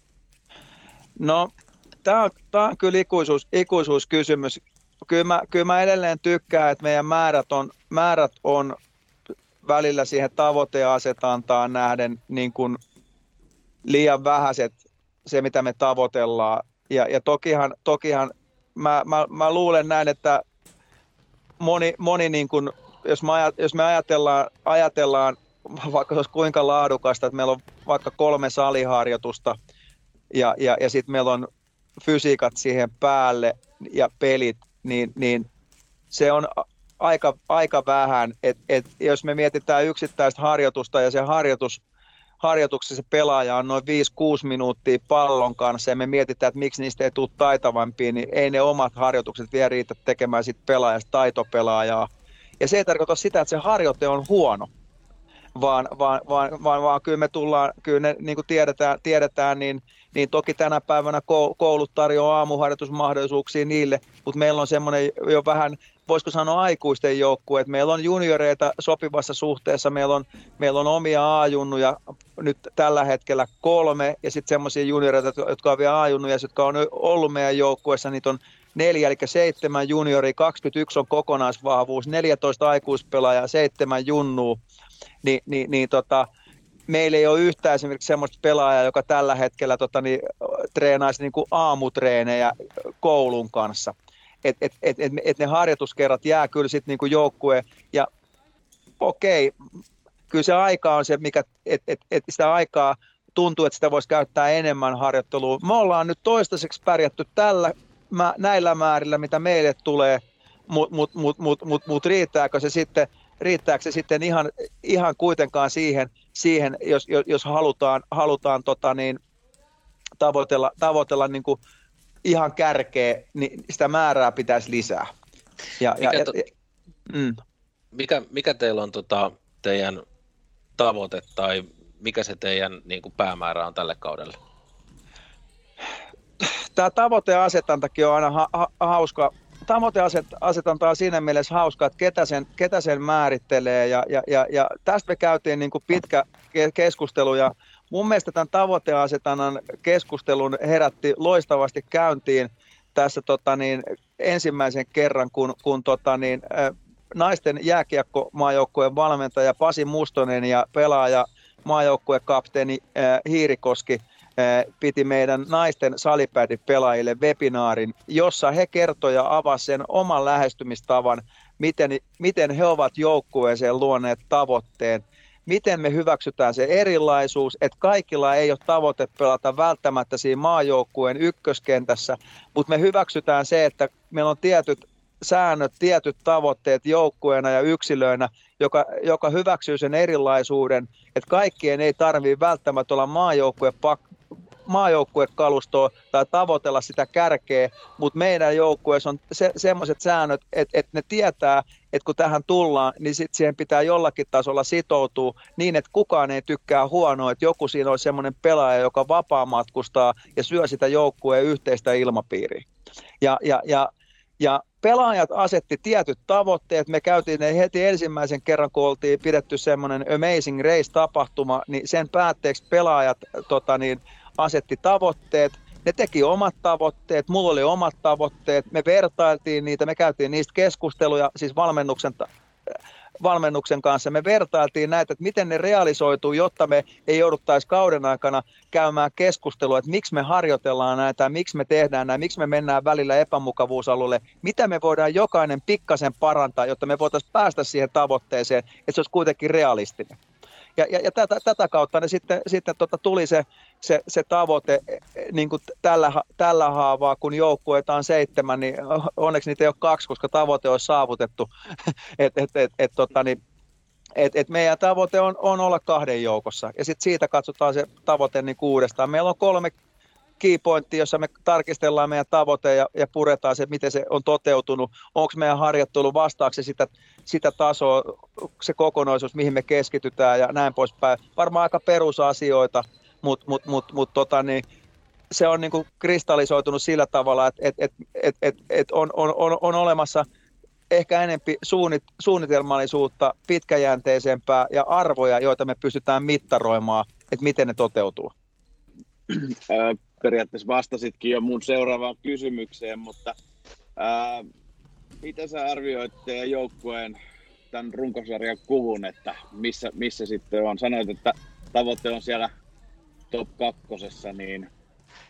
Speaker 3: No, tämä on kyllä ikuisuuskysymys. Kyllä mä edelleen tykkään, että meidän määrät on välillä siihen tavoiteasetantaan nähden niin kuin liian vähäiset se mitä me tavoitellaan. Ja tokihan mä luulen näin, että moni niin kuin, jos me ajatellaan, vaikka se olisi kuinka laadukasta, että meillä on vaikka 3 saliharjoitusta ja sitten meillä on fysiikat siihen päälle ja pelit, niin se on aika vähän, että jos me mietitään yksittäistä harjoitusta ja se harjoituksessa se pelaaja on noin 5-6 minuuttia pallon kanssa ja me mietitään, että miksi niistä ei tule taitavampia, niin ei ne omat harjoitukset vielä riitä tekemään sit pelaajasta taitopelaajaa. Ja se ei tarkoita sitä, että se harjoite on huono, vaan kyllä me tullaan, kyllä ne, niin kuin tiedetään niin toki tänä päivänä koulut tarjoaa aamuharjoitusmahdollisuuksia niille, mutta meillä on semmoinen jo vähän, voisiko sanoa aikuisten joukkue, että meillä on junioreita sopivassa suhteessa, meillä on omia A-junnuja nyt tällä hetkellä 3, ja sitten semmoisia junioreita, jotka on vielä A-junnuja, jotka on ollut meidän joukkueessa, niitä on 4, eli 7 junioria, 21 on kokonaisvahvuus, 14 aikuispelaajaa, 7 junnua, meillä ei ole yhtään esimerkiksi semmoista pelaajaa, joka tällä hetkellä treenaisi niin kuin aamutreenejä koulun kanssa. Et ne harjoituskerrat jää kyllä sitten niin kuin joukkueen. Ja okei, kyllä se aika on se, mikä, että sitä aikaa tuntuu, että sitä voisi käyttää enemmän harjoitteluun. Me ollaan nyt toistaiseksi pärjätty näillä määrillä, mitä meille tulee, mutta riittääkö se sitten ihan kuitenkaan siihen jos halutaan tavoitella niin kuin ihan kärkeä, niin sitä määrää pitäisi lisää.
Speaker 1: Mikä teillä on teidän tavoite tai mikä se teidän niin kuin päämäärä on tälle kaudelle?
Speaker 3: Tämä tavoiteasetantakin on aina hauska. Tavoiteasetanta on siinä mielessä hauska, että ketä sen määrittelee ja tästä me käytiin niin kuin pitkä keskustelu ja mun mielestä tämän tavoiteasetannan keskustelun herätti loistavasti käyntiin tässä ensimmäisen kerran, kun naisten jääkiekko-maajoukkueen valmentaja Pasi Mustonen ja pelaaja maajoukkuekapteeni Hiirikoski piti meidän naisten salipädipelaajille webinaarin, jossa he kertoi ja avasivat sen oman lähestymistavan, miten he ovat joukkueeseen luoneet tavoitteen, miten me hyväksytään se erilaisuus, että kaikilla ei ole tavoite pelata välttämättä siinä maajoukkueen ykköskentässä, mutta me hyväksytään se, että meillä on tietyt säännöt, tietyt tavoitteet joukkueena ja yksilöinä, joka hyväksyy sen erilaisuuden, että kaikkien ei tarvitse välttämättä olla maajoukkuekalustoa tai tavoitella sitä kärkeä, mutta meidän joukkueessa on semmoiset säännöt, että ne tietää, että kun tähän tullaan, niin sit siihen pitää jollakin tasolla sitoutua niin, että kukaan ei tykkää huonoa, että joku siinä on semmoinen pelaaja, joka vapaamatkustaa ja syö sitä joukkueen yhteistä ilmapiiriä. Ja pelaajat asetti tietyt tavoitteet. Me käytiin ne heti ensimmäisen kerran, kun oltiin pidetty semmoinen Amazing Race-tapahtuma, niin sen päätteeksi pelaajat asetti tavoitteet. Ne teki omat tavoitteet, mulla oli omat tavoitteet, me vertailtiin niitä, me käytiin niistä keskusteluja, siis valmennuksen kanssa. Me vertailtiin näitä, että miten ne realisoituu, jotta me ei jouduttaisi kauden aikana käymään keskustelua, että miksi me harjoitellaan näitä, miksi me tehdään näitä, miksi me mennään välillä epämukavuusalueelle, mitä me voidaan jokainen pikkasen parantaa, jotta me voitaisiin päästä siihen tavoitteeseen, että se olisi kuitenkin realistinen. Ja tätä kautta ne sitten tuli se tavoite niin kuin tällä haavaa, kun joukkueita on 7, niin onneksi niitä ei ole 2, koska tavoite olisi saavutettu. Et meidän tavoite on olla 2 joukossa ja sitten siitä katsotaan se tavoite niin uudestaan. Meillä on 3 key pointtia, jossa me tarkistellaan meidän tavoite ja puretaan se, miten se on toteutunut. Onko meidän harjoittelu vastaako sitä tasoa, se kokonaisuus, mihin me keskitytään ja näin poispäin. Varmaan aika perusasioita, mutta se on niinku kristallisoitunut sillä tavalla, että on olemassa ehkä enempi suunnitelmallisuutta, pitkäjänteisempää ja arvoja, joita me pystytään mittaroimaan, että miten ne toteutuu.
Speaker 4: Periaatteessa vastasitkin jo mun seuraavaan kysymykseen, mutta miten sä arvioit teidän joukkueen tämän runkosarjan kuvun, että missä sitten on? Sanoit, että tavoite on siellä top 2, niin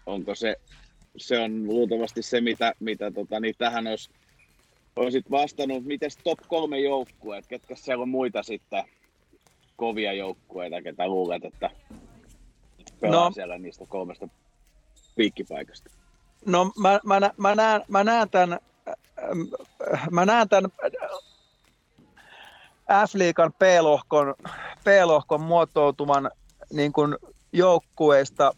Speaker 4: onko se on luultavasti se, mitä niin tähän olisit vastannut. Mites top 3 joukkueet? Ketkä siellä on muita sitten kovia joukkueita, ketä luulet, että pelaa siellä niistä 3 piikkipaikasta?
Speaker 3: No mä näen tämän F-liigan P-lohkon muotoutuman niin kuin joukkueista.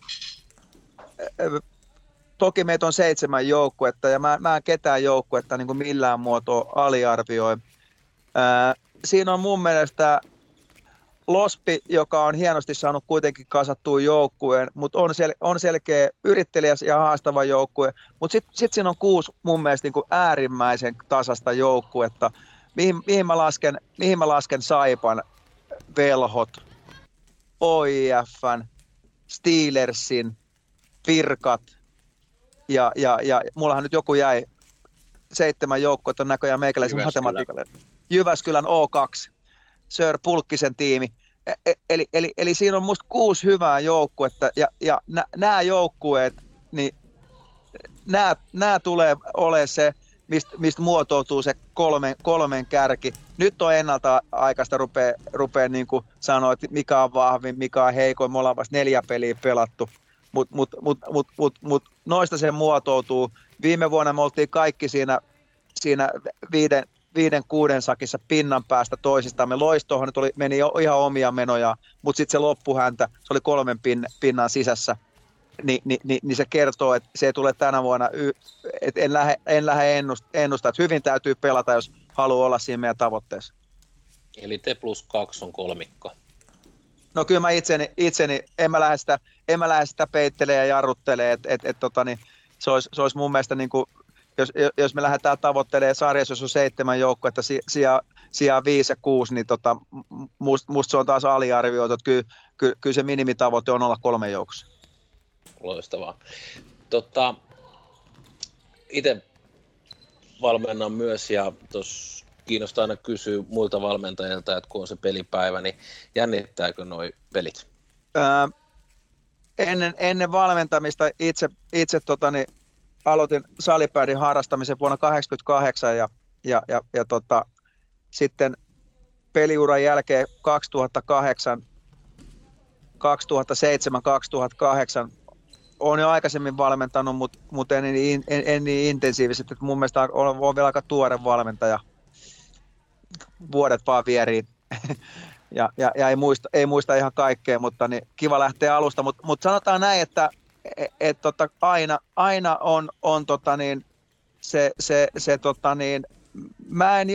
Speaker 3: Toki meitä on 7 joukkuetta ja mä en ketään joukkuetta niin kuin millään muotoa aliarvioi. Siinä on mun mielestä Lospi, joka on hienosti saanut kuitenkin kasattua joukkueen, mutta on selkeä yrittelijäs ja haastava joukkue. Mutta sitten siinä on 6 mun mielestä niin kuin äärimmäisen tasasta joukkuetta, mihin mä lasken Saipan, Velhot, OIF:n, Steelersin, Pirkat ja mullahan nyt joku jäi 7 joukkuetta näköjään meikäläisen matematiikalle. Jyväskylän O2. Sir Pulkkisen tiimi. Eli siinä on musta 6 hyvää joukkuetta ja nämä joukkueet, niin nämä tulee olemaan se, mistä muotoutuu se kolmen kärki. Nyt on ennalta aikaista rupea niin kuin sanoa, että mikä on vahvin, mikä on heikoin. Me ollaan vasta 4 peliä pelattu, mutta noista se muotoutuu. Viime vuonna me oltiin kaikki siinä 5-6 sakissa pinnan päästä toisistamme. Loistohan nyt meni ihan omia menoja, mutta sitten se loppuhäntä, se oli 3 pinnan sisässä. Niin se kertoo, että se tulee tänä vuonna, että en lähde ennustaa, että hyvin täytyy pelata, jos haluaa olla siinä meidän tavoitteessa.
Speaker 1: Eli te +2 on kolmikko.
Speaker 3: No kyllä mä itseni en mä lähde sitä peittelemään ja jarruttelee, se olisi mun mielestä niin kuin, jos me lähdetään tavoittelemaan sarjassa, jos on 7 joukkuetta, sijaan 5 ja 6, niin musta se on taas aliarvioitu, että kyllä se minimitavoite on olla 3 joukossa.
Speaker 1: Loistavaa. Itse valmennan myös ja tuossa kiinnostaa aina kysyä muilta valmentajilta, että kun on se pelipäivä, niin jännittääkö noi pelit?
Speaker 3: Ennen valmentamista itse aloitin salipäidin harrastamisen vuonna 1988 ja sitten peliuran jälkeen 2008, 2007, 2008 olen jo aikaisemmin valmentanut, mutta en niin intensiivisesti. Mun mielestä olen vielä aika tuore valmentaja. Vuodet vaan vierii ja ei muista ihan kaikkea, mutta niin kiva lähteä alusta. Mutta sanotaan näin, että aina on mä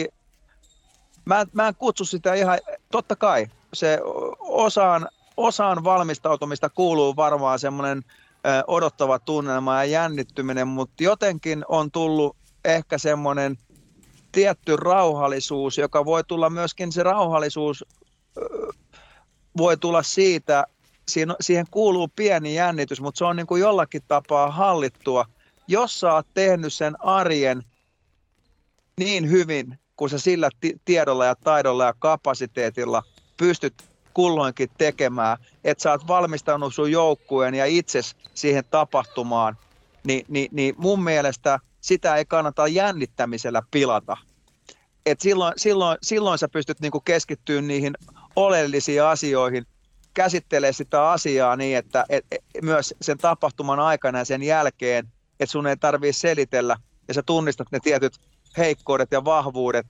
Speaker 3: en kutsu sitä ihan, totta kai se osaan valmistautumista kuuluu varmaan semmoinen odottava tunnelma ja jännittyminen, mutta jotenkin on tullut ehkä semmoinen tietty rauhallisuus, joka voi tulla myöskin, se rauhallisuus voi tulla siitä, siihen kuuluu pieni jännitys, mutta se on niin kuin jollakin tapaa hallittua. Jos sä oot tehnyt sen arjen niin hyvin, kun sä sillä tiedolla ja taidolla ja kapasiteetilla pystyt kulloinkin tekemään, että sä oot valmistanut sun joukkueen ja itses siihen tapahtumaan, niin mun mielestä sitä ei kannata jännittämisellä pilata. Et silloin sä pystyt niinku keskittyyn niihin oleellisiin asioihin, käsittelee sitä asiaa niin, että myös sen tapahtuman aikana ja sen jälkeen, että sun ei tarvitse selitellä ja sä tunnistat ne tietyt heikkoudet ja vahvuudet.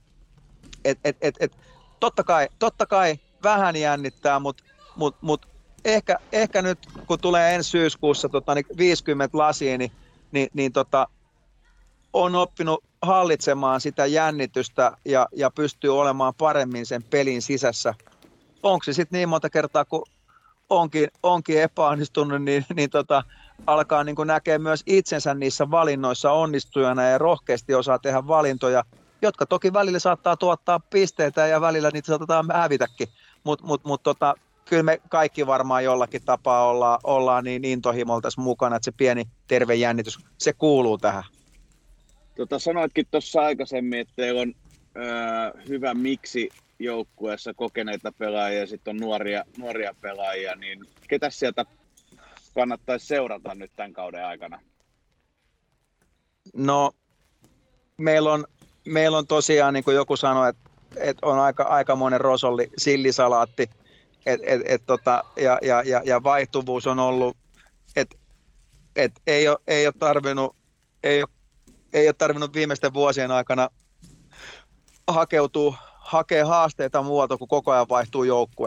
Speaker 3: Totta kai vähän jännittää, mutta ehkä nyt kun tulee ensi syyskuussa 50 lasia, niin on oppinut hallitsemaan sitä jännitystä ja pystyy olemaan paremmin sen pelin sisässä. Onko se sitten niin monta kertaa, kun onkin epäonnistunut, niin alkaa niin kuin näkee myös itsensä niissä valinnoissa onnistujana ja rohkeasti osaa tehdä valintoja, jotka toki välillä saattaa tuottaa pisteitä ja välillä niitä saatetaan hävitäkin. Mutta kyllä me kaikki varmaan jollakin tapaa ollaan niin intohimolla tässä mukana, että se pieni terve jännitys, se kuuluu tähän.
Speaker 4: Sanoitkin tuossa aikaisemmin, että teillä on hyvä miksi joukkueessa kokeneita pelaajia ja sitten on nuoria pelaajia, niin ketä sieltä kannattaisi seurata nyt tämän kauden aikana?
Speaker 3: No, meillä on tosiaan, niin kuin joku sanoi, että on aikamoinen rosolli sillisalaatti, ja vaihtuvuus on ollut, että ei ole tarvinnut viimeisten vuosien aikana hakea haasteita muualta, kun koko ajan vaihtuu joukkue.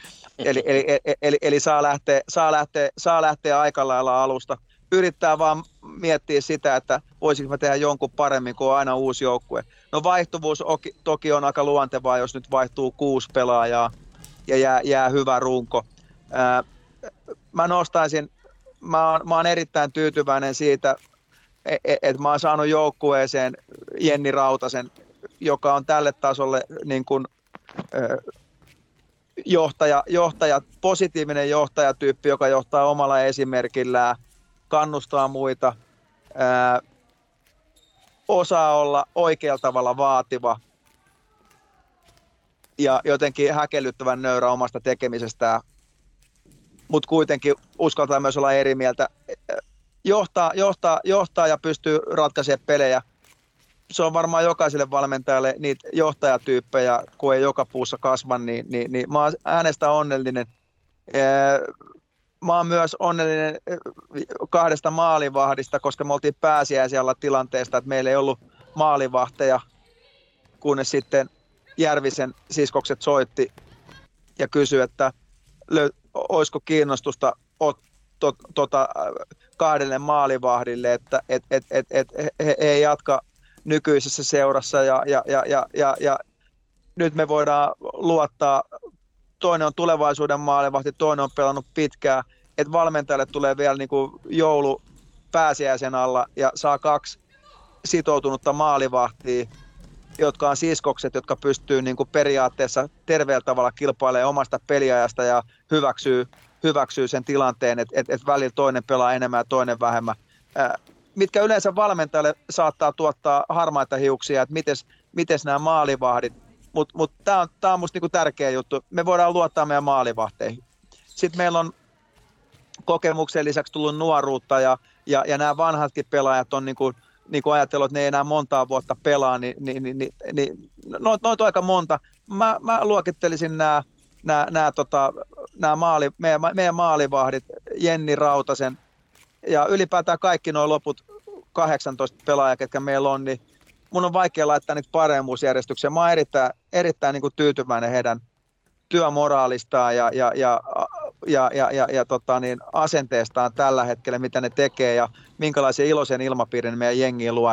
Speaker 3: eli saa lähteä aika lailla alusta. Yrittää vaan miettiä sitä, että voisinko mä tehdä jonkun paremmin, kuin on aina uusi joukkue. No vaihtuvuus toki on aika luontevaa, jos nyt vaihtuu 6 pelaajaa ja jää hyvä runko. Mä oon erittäin tyytyväinen siitä, että mä oon saanut joukkueeseen Jenni Rautasen, joka on tälle tasolle niin kuin, positiivinen johtajatyyppi, joka johtaa omalla esimerkillään, kannustaa muita, osaa olla oikealla tavalla vaativa ja jotenkin häkellyttävän nöyrä omasta tekemisestään, mutta kuitenkin uskaltaa myös olla eri mieltä. Johtaa ja pystyy ratkaisemaan pelejä. Se on varmaan jokaiselle valmentajalle niitä johtajatyyppejä, kun ei joka puussa kasva, niin mä oon äänestä onnellinen. Mä oon myös onnellinen 2 maalivahdista, koska me oltiin pääsiäisellä tilanteesta, että meillä ei ollut maalivahteja, kunnes sitten Järvisen siskokset soitti ja kysyi, että olisiko kiinnostusta 2 maalivahdille, että he jatka nykyisessä seurassa ja nyt me voidaan luottaa. Toinen on tulevaisuuden maalivahti, toinen on pelannut pitkään, että valmentajalle tulee vielä niin kuin joulu pääsiäisen alla ja saa 2 sitoutunutta maalivahtia, jotka on siskokset, jotka pystyy niin kuin periaatteessa terveellä tavalla kilpailemaan omasta peliajasta ja hyväksyy sen tilanteen, että välillä toinen pelaa enemmän ja toinen vähemmän. Mitkä yleensä valmentajalle saattaa tuottaa harmaita hiuksia, että miten nämä maalivahdit. Mutta tämä on musta niinku tärkeä juttu. Me voidaan luottaa meidän maalivahteihin. Sitten meillä on kokemuksen lisäksi tullut nuoruutta ja nämä vanhatkin pelaajat on niinku ajatellut, että ne ei enää montaa vuotta pelaa, noita on aika monta. Mä luokittelisin meidän maalivahdit, Jenni Rautasen ja ylipäätään kaikki nuo loput 18 pelaajaa, ketkä meillä on, niin mun on vaikea laittaa niitä paremmuusjärjestykseen. Mä oon erittäin niin kuin tyytyväinen heidän työmoraalistaan ja asenteestaan tällä hetkellä, mitä ne tekee ja minkälaisen iloisen ilmapiirin meidän jengiin luo.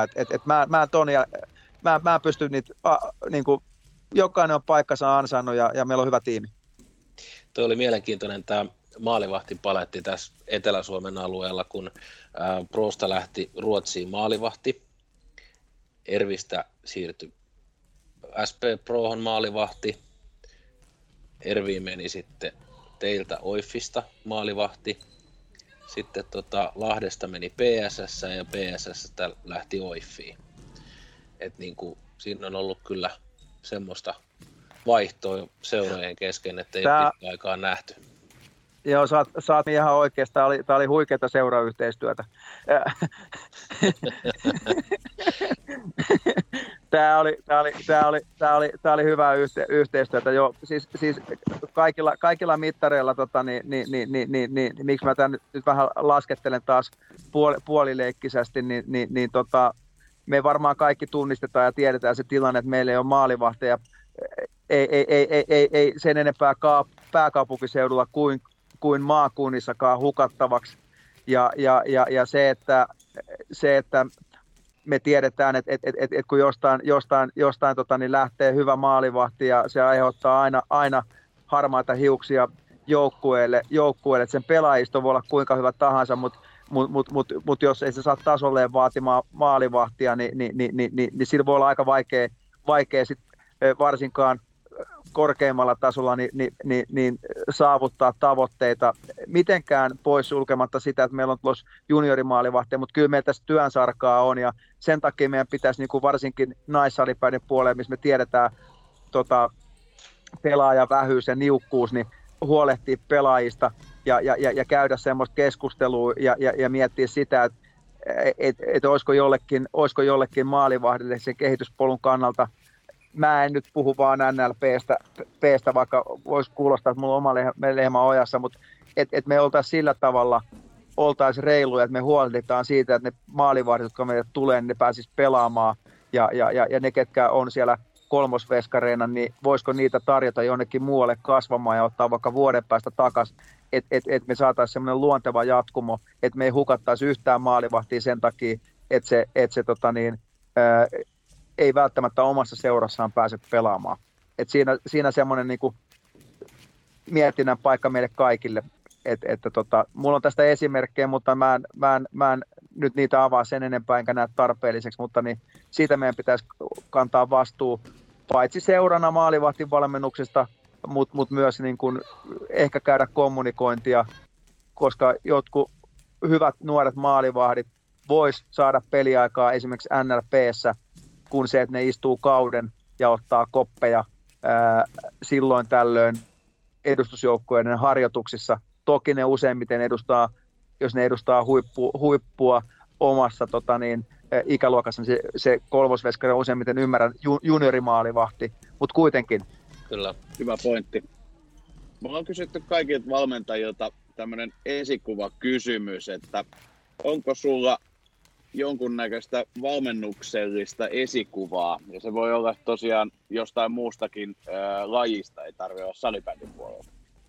Speaker 3: Mä pystyn niitä, niin kuin, jokainen on paikkansa ansainnut ja meillä on hyvä tiimi.
Speaker 1: Tuo oli mielenkiintoinen tämä maalivahtipaletti tässä Etelä-Suomen alueella, kun Prosta lähti Ruotsiin maalivahti. Ervistä siirtyi SP Prohon maalivahti. Erviin meni sitten teiltä Oiffista maalivahti. Sitten Lahdesta meni PSS ja PSS:stä lähti Oiffiin. Et niinku, siinä on ollut kyllä semmoista vaihtoa seurojen kesken, että ei ole pitkään aikaan nähty.
Speaker 3: Joo, sä oot ihan oikeassa. Tämä oli huikeata seurayhteistyötä. Tämä oli hyvää yhteistyötä. Joo, siis kaikilla mittareilla, miksi mä tämän nyt vähän laskettelen taas puolileikkisesti, me varmaan kaikki tunnistetaan ja tiedetään se tilanne, että meillä ei ole maalivahteja. Ei sen enempää pääkaupunkiseudulla kuin maakunnissakaan hukattavaksi. Ja se, että me tiedetään, että kun jostain lähtee hyvä maalivahti ja se aiheuttaa aina harmaita hiuksia joukkueelle, että sen pelaajisto voi olla kuinka hyvä tahansa, mutta jos ei se saa tasolleen vaatimaan maalivahtia, niin sillä voi olla aika vaikea sit, varsinkaan korkeimmalla tasolla niin saavuttaa tavoitteita. Mitenkään pois sulkematta sitä, että meillä on tulossa juniorimaalivahtia, mutta kyllä meillä tässä työnsarkaa on ja sen takia meidän pitäisi niin kuin varsinkin naissalipäiden puolella, missä me tiedetään pelaajavähyys ja niukkuus, niin huolehtia pelaajista ja käydä semmoista keskustelua ja miettiä sitä, että olisiko jollekin maalivahdille sen kehityspolun kannalta. Mä en nyt puhu vaan NLPstä, vaikka voisi kuulostaa, että mulla on oma lehmä ojassa, mutta että me oltaisiin sillä tavalla reiluja, että me huolehditaan siitä, että ne maalivahdit, jotka meille tulee, niin ne pääsisi pelaamaan ja ne, ketkä on siellä kolmosveskareina, niin voisiko niitä tarjota jonnekin muualle kasvamaan ja ottaa vaikka vuoden päästä takaisin, että me saataisiin semmoinen luonteva jatkumo, että me ei hukattaisi yhtään maalivahtia sen takia, että se ei välttämättä omassa seurassaan pääse pelaamaan. Et siinä semmoinen niinku mietinnän paikka meille kaikille. Mulla on tästä esimerkkejä, mutta mä en nyt niitä avaa sen enempää enkä näe tarpeelliseksi, mutta niin siitä meidän pitäisi kantaa vastuu paitsi seurana maalivahtin valmennuksesta, mutta myös niin kuin ehkä käydä kommunikointia, koska jotkut hyvät nuoret maalivahdit vois saada peliaikaa esimerkiksi NLP:ssä, kun se, että ne istuu kauden ja ottaa koppeja silloin tällöin edustusjoukkueiden harjoituksissa. Toki ne useimmiten edustaa, jos ne edustaa huippua omassa ikäluokassa, niin se kolmosveskari on useimmiten juniorimaalivahti, mutta kuitenkin.
Speaker 4: Kyllä, hyvä pointti. Me ollaan kysytty kaikilta valmentajilta tämmöinen esikuvakysymys, että onko sulla jonkunnäköistä valmennuksellista esikuvaa, ja se voi olla tosiaan jostain muustakin lajista, ei tarvitse olla salibändin puolella.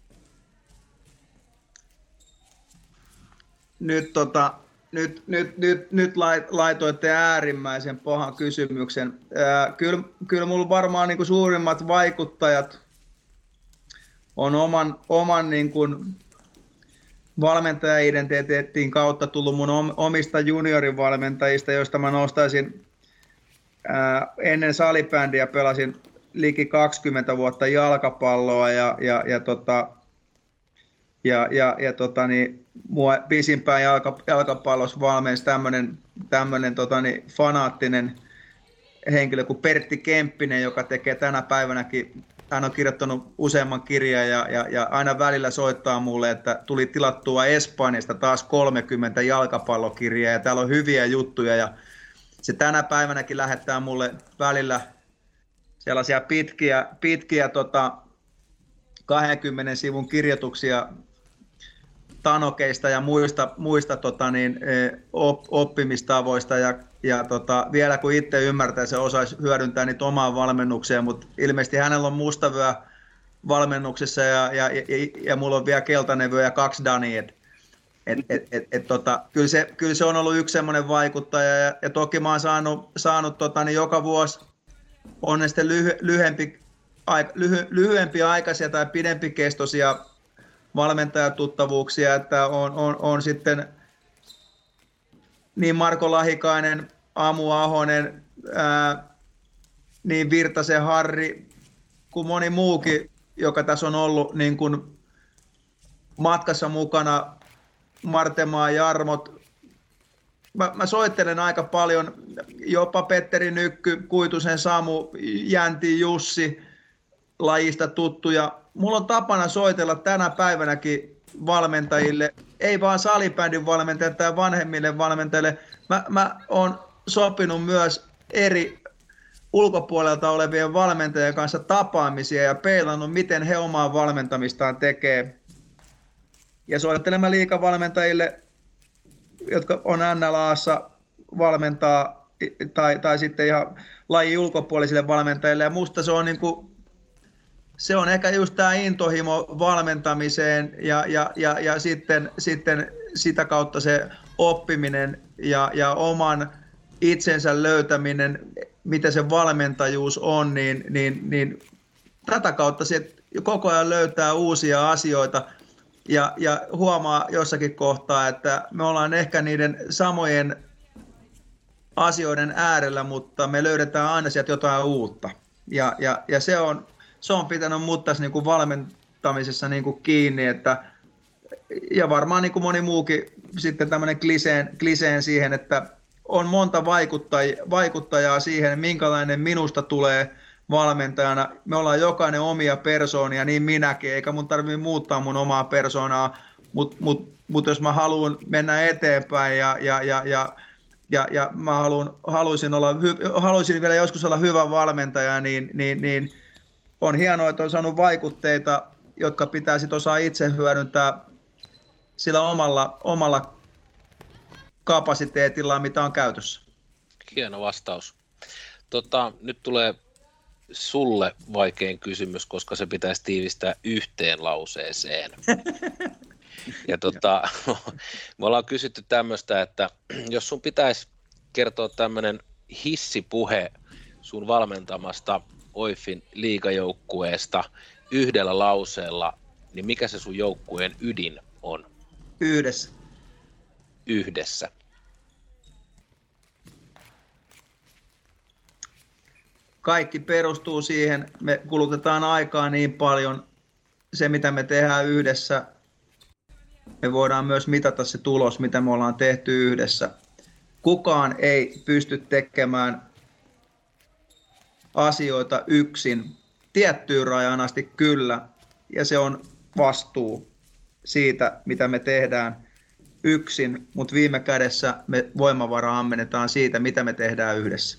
Speaker 3: Nyt laitoitte äärimmäisen pahan kysymyksen. Kyllä mulla varmaan niin kuin suurimmat vaikuttajat on oman niin kuin valmentaja-identiteettiin kautta tullut mun omista juniorivalmentajista, joista mä nostaisin ennen salibändiä pelasin liki 20 vuotta jalkapalloa niin mua pisimpään jalkapallossa valmensi tämmöinen fanaattinen henkilö kuin Pertti Kemppinen, joka tekee tänä päivänäkin. Hän on kirjoittanut useamman kirjan ja aina välillä soittaa mulle, että tuli tilattua Espanjasta taas 30 jalkapallokirjaa ja täällä on hyviä juttuja. Ja se tänä päivänäkin lähettää mulle välillä sellaisia pitkiä 20 sivun kirjoituksia tanokeista ja muista oppimistavoista ja vielä kun itse ymmärtää, se osaisi hyödyntää niitä omaan valmennukseen, mutta ilmeisesti hänellä on mustavyö valmennuksessa ja mulla on vielä keltainen vyö ja 2 Dani. Kyllä se on ollut yksi semmoinen vaikuttaja ja toki mä oon saanut joka vuosi on ne sitten lyhyempi aikaisia tai pidempikestoisia valmentajatuttavuuksia, että on sitten niin Marko Lahikainen, Amu Ahonen, niin Virtasen Harri kuin moni muukin, joka tässä on ollut niin kuin matkassa mukana, Martemaa Jarmot. Mä soittelen aika paljon, jopa Petteri Nykky, Kuitusen Samu, Jänti Jussi, lajista tuttuja. Mulla on tapana soitella tänä päivänäkin valmentajille, ei vaan salibändin valmentajille tai vanhemmille valmentajille. Mä oon sopinut myös eri ulkopuolelta olevien valmentajien kanssa tapaamisia ja peilannut, miten he omaa valmentamistaan tekee. Ja soittelemme liigavalmentajille, jotka on NLA:ssa valmentaa, tai sitten ihan lajin ulkopuolisille valmentajille. Ja musta se on se on ehkä just tämä intohimo valmentamiseen ja sitten sitä kautta se oppiminen ja oman itsensä löytäminen, mitä se valmentajuus on, niin tätä kautta se koko ajan löytää uusia asioita ja huomaa jossakin kohtaa, että me ollaan ehkä niiden samojen asioiden äärellä, mutta me löydetään aina sieltä jotain uutta ja se on pitänyt mut tässä niinku valmentamisessa niinku kiinni, ja varmaan niin kuin moni muukin sitten tämmöinen kliseen siihen, että on monta vaikuttajaa siihen, minkälainen minusta tulee valmentajana. Me ollaan jokainen omia persoonia, niin minäkin, eikä mun tarvitse muuttaa mun omaa persoonaa Mut jos mä haluan mennä eteenpäin ja mä haluaisin vielä joskus olla hyvä valmentaja, niin on hienoa, että on saanut vaikutteita, jotka pitää sit osaa itse hyödyntää sillä omalla kapasiteetilla, mitä on käytössä.
Speaker 1: Hieno vastaus. Nyt tulee sulle vaikein kysymys, koska se pitäisi tiivistää yhteen lauseeseen. Ja me ollaan kysytty tämmöistä, että jos sun pitäisi kertoa tämmöinen hissipuhe sun valmentamasta OIFin liigajoukkueesta yhdellä lauseella, niin mikä se sun joukkueen ydin on?
Speaker 3: Yhdessä.
Speaker 1: Yhdessä.
Speaker 3: Kaikki perustuu siihen, me kulutetaan aikaa niin paljon, se mitä me tehdään yhdessä, me voidaan myös mitata se tulos, mitä me ollaan tehty yhdessä. Kukaan ei pysty tekemään asioita yksin, tiettyyn rajaan asti kyllä, ja se on vastuu siitä, mitä me tehdään yksin, mutta viime kädessä me voimavaraa ammennetaan siitä, mitä me tehdään yhdessä.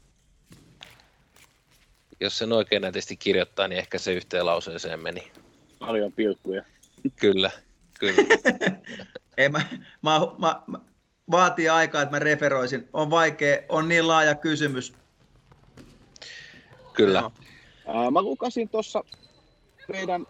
Speaker 1: Jos sen oikein nätisti kirjoittaa, niin ehkä se yhteen lauseeseen meni.
Speaker 4: Paljon pilkkuja.
Speaker 1: Kyllä.
Speaker 3: Ei, mä vaatii aikaa, että mä referoisin. On vaikea, on niin laaja kysymys.
Speaker 1: Kyllä.
Speaker 3: No.
Speaker 4: Mä lukasin tuossa meidän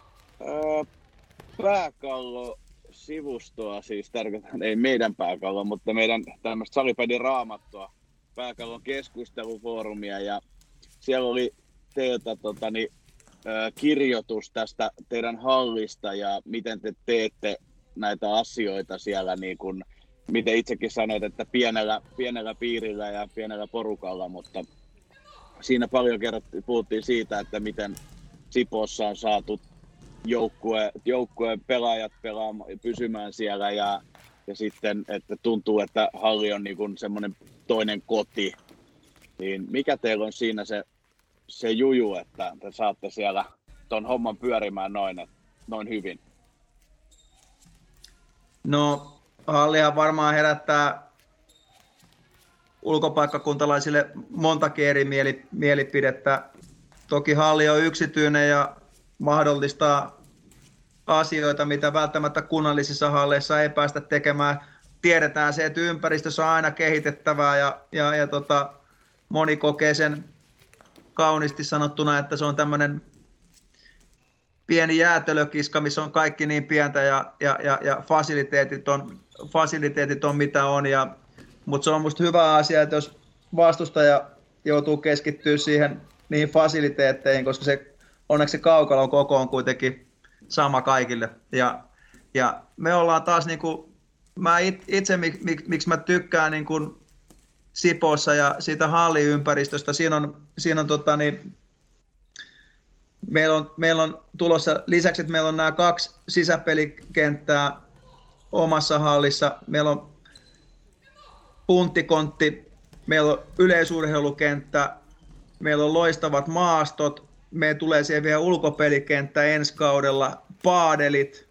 Speaker 4: pääkallo-sivustoa, siis tarkoitan, ei meidän pääkallo, mutta meidän tämmöistä Salipädin raamattua, pääkallon keskustelufoorumia, ja siellä oli teiltä kirjoitus tästä teidän hallista ja miten te teette näitä asioita siellä, niin kuin, miten itsekin sanoit, että pienellä piirillä ja pienellä porukalla, mutta siinä paljon puhuttiin siitä, että miten Sipoossa on saatu joukkueen pelaajat pysymään siellä ja sitten, että tuntuu, että halli on niin kuin semmoinen toinen koti. Niin mikä teillä on siinä se juju, että te saatte siellä ton homman pyörimään noin hyvin?
Speaker 3: No, hallihan varmaan herättää ulkopaikkakuntalaisille montakin eri mielipidettä. Toki halli on yksityinen ja mahdollistaa asioita, mitä välttämättä kunnallisissa halleissa ei päästä tekemään. Tiedetään se, että ympäristössä on aina kehitettävää ja moni kokee sen kauniisti sanottuna, että se on tämmöinen pieni jäätelökiska, missä on kaikki niin pientä ja fasiliteetit on mitä on. Mutta se on musta hyvä asia, että jos vastustaja joutuu keskittyä niihin fasiliteetteihin, koska onneksi se kaukalon koko on kuitenkin sama kaikille. Ja me ollaan taas, mä itse miksi mä tykkään Sipoossa ja siitä halliympäristöstä, siinä on meillä on tulossa lisäksi, että meillä on nämä 2 sisäpelikenttää omassa hallissa. Meillä on punttikontti, meillä on yleisurheilukenttä, meillä on loistavat maastot, meillä tulee siihen vielä ulkopelikenttä ensi kaudella, paadelit.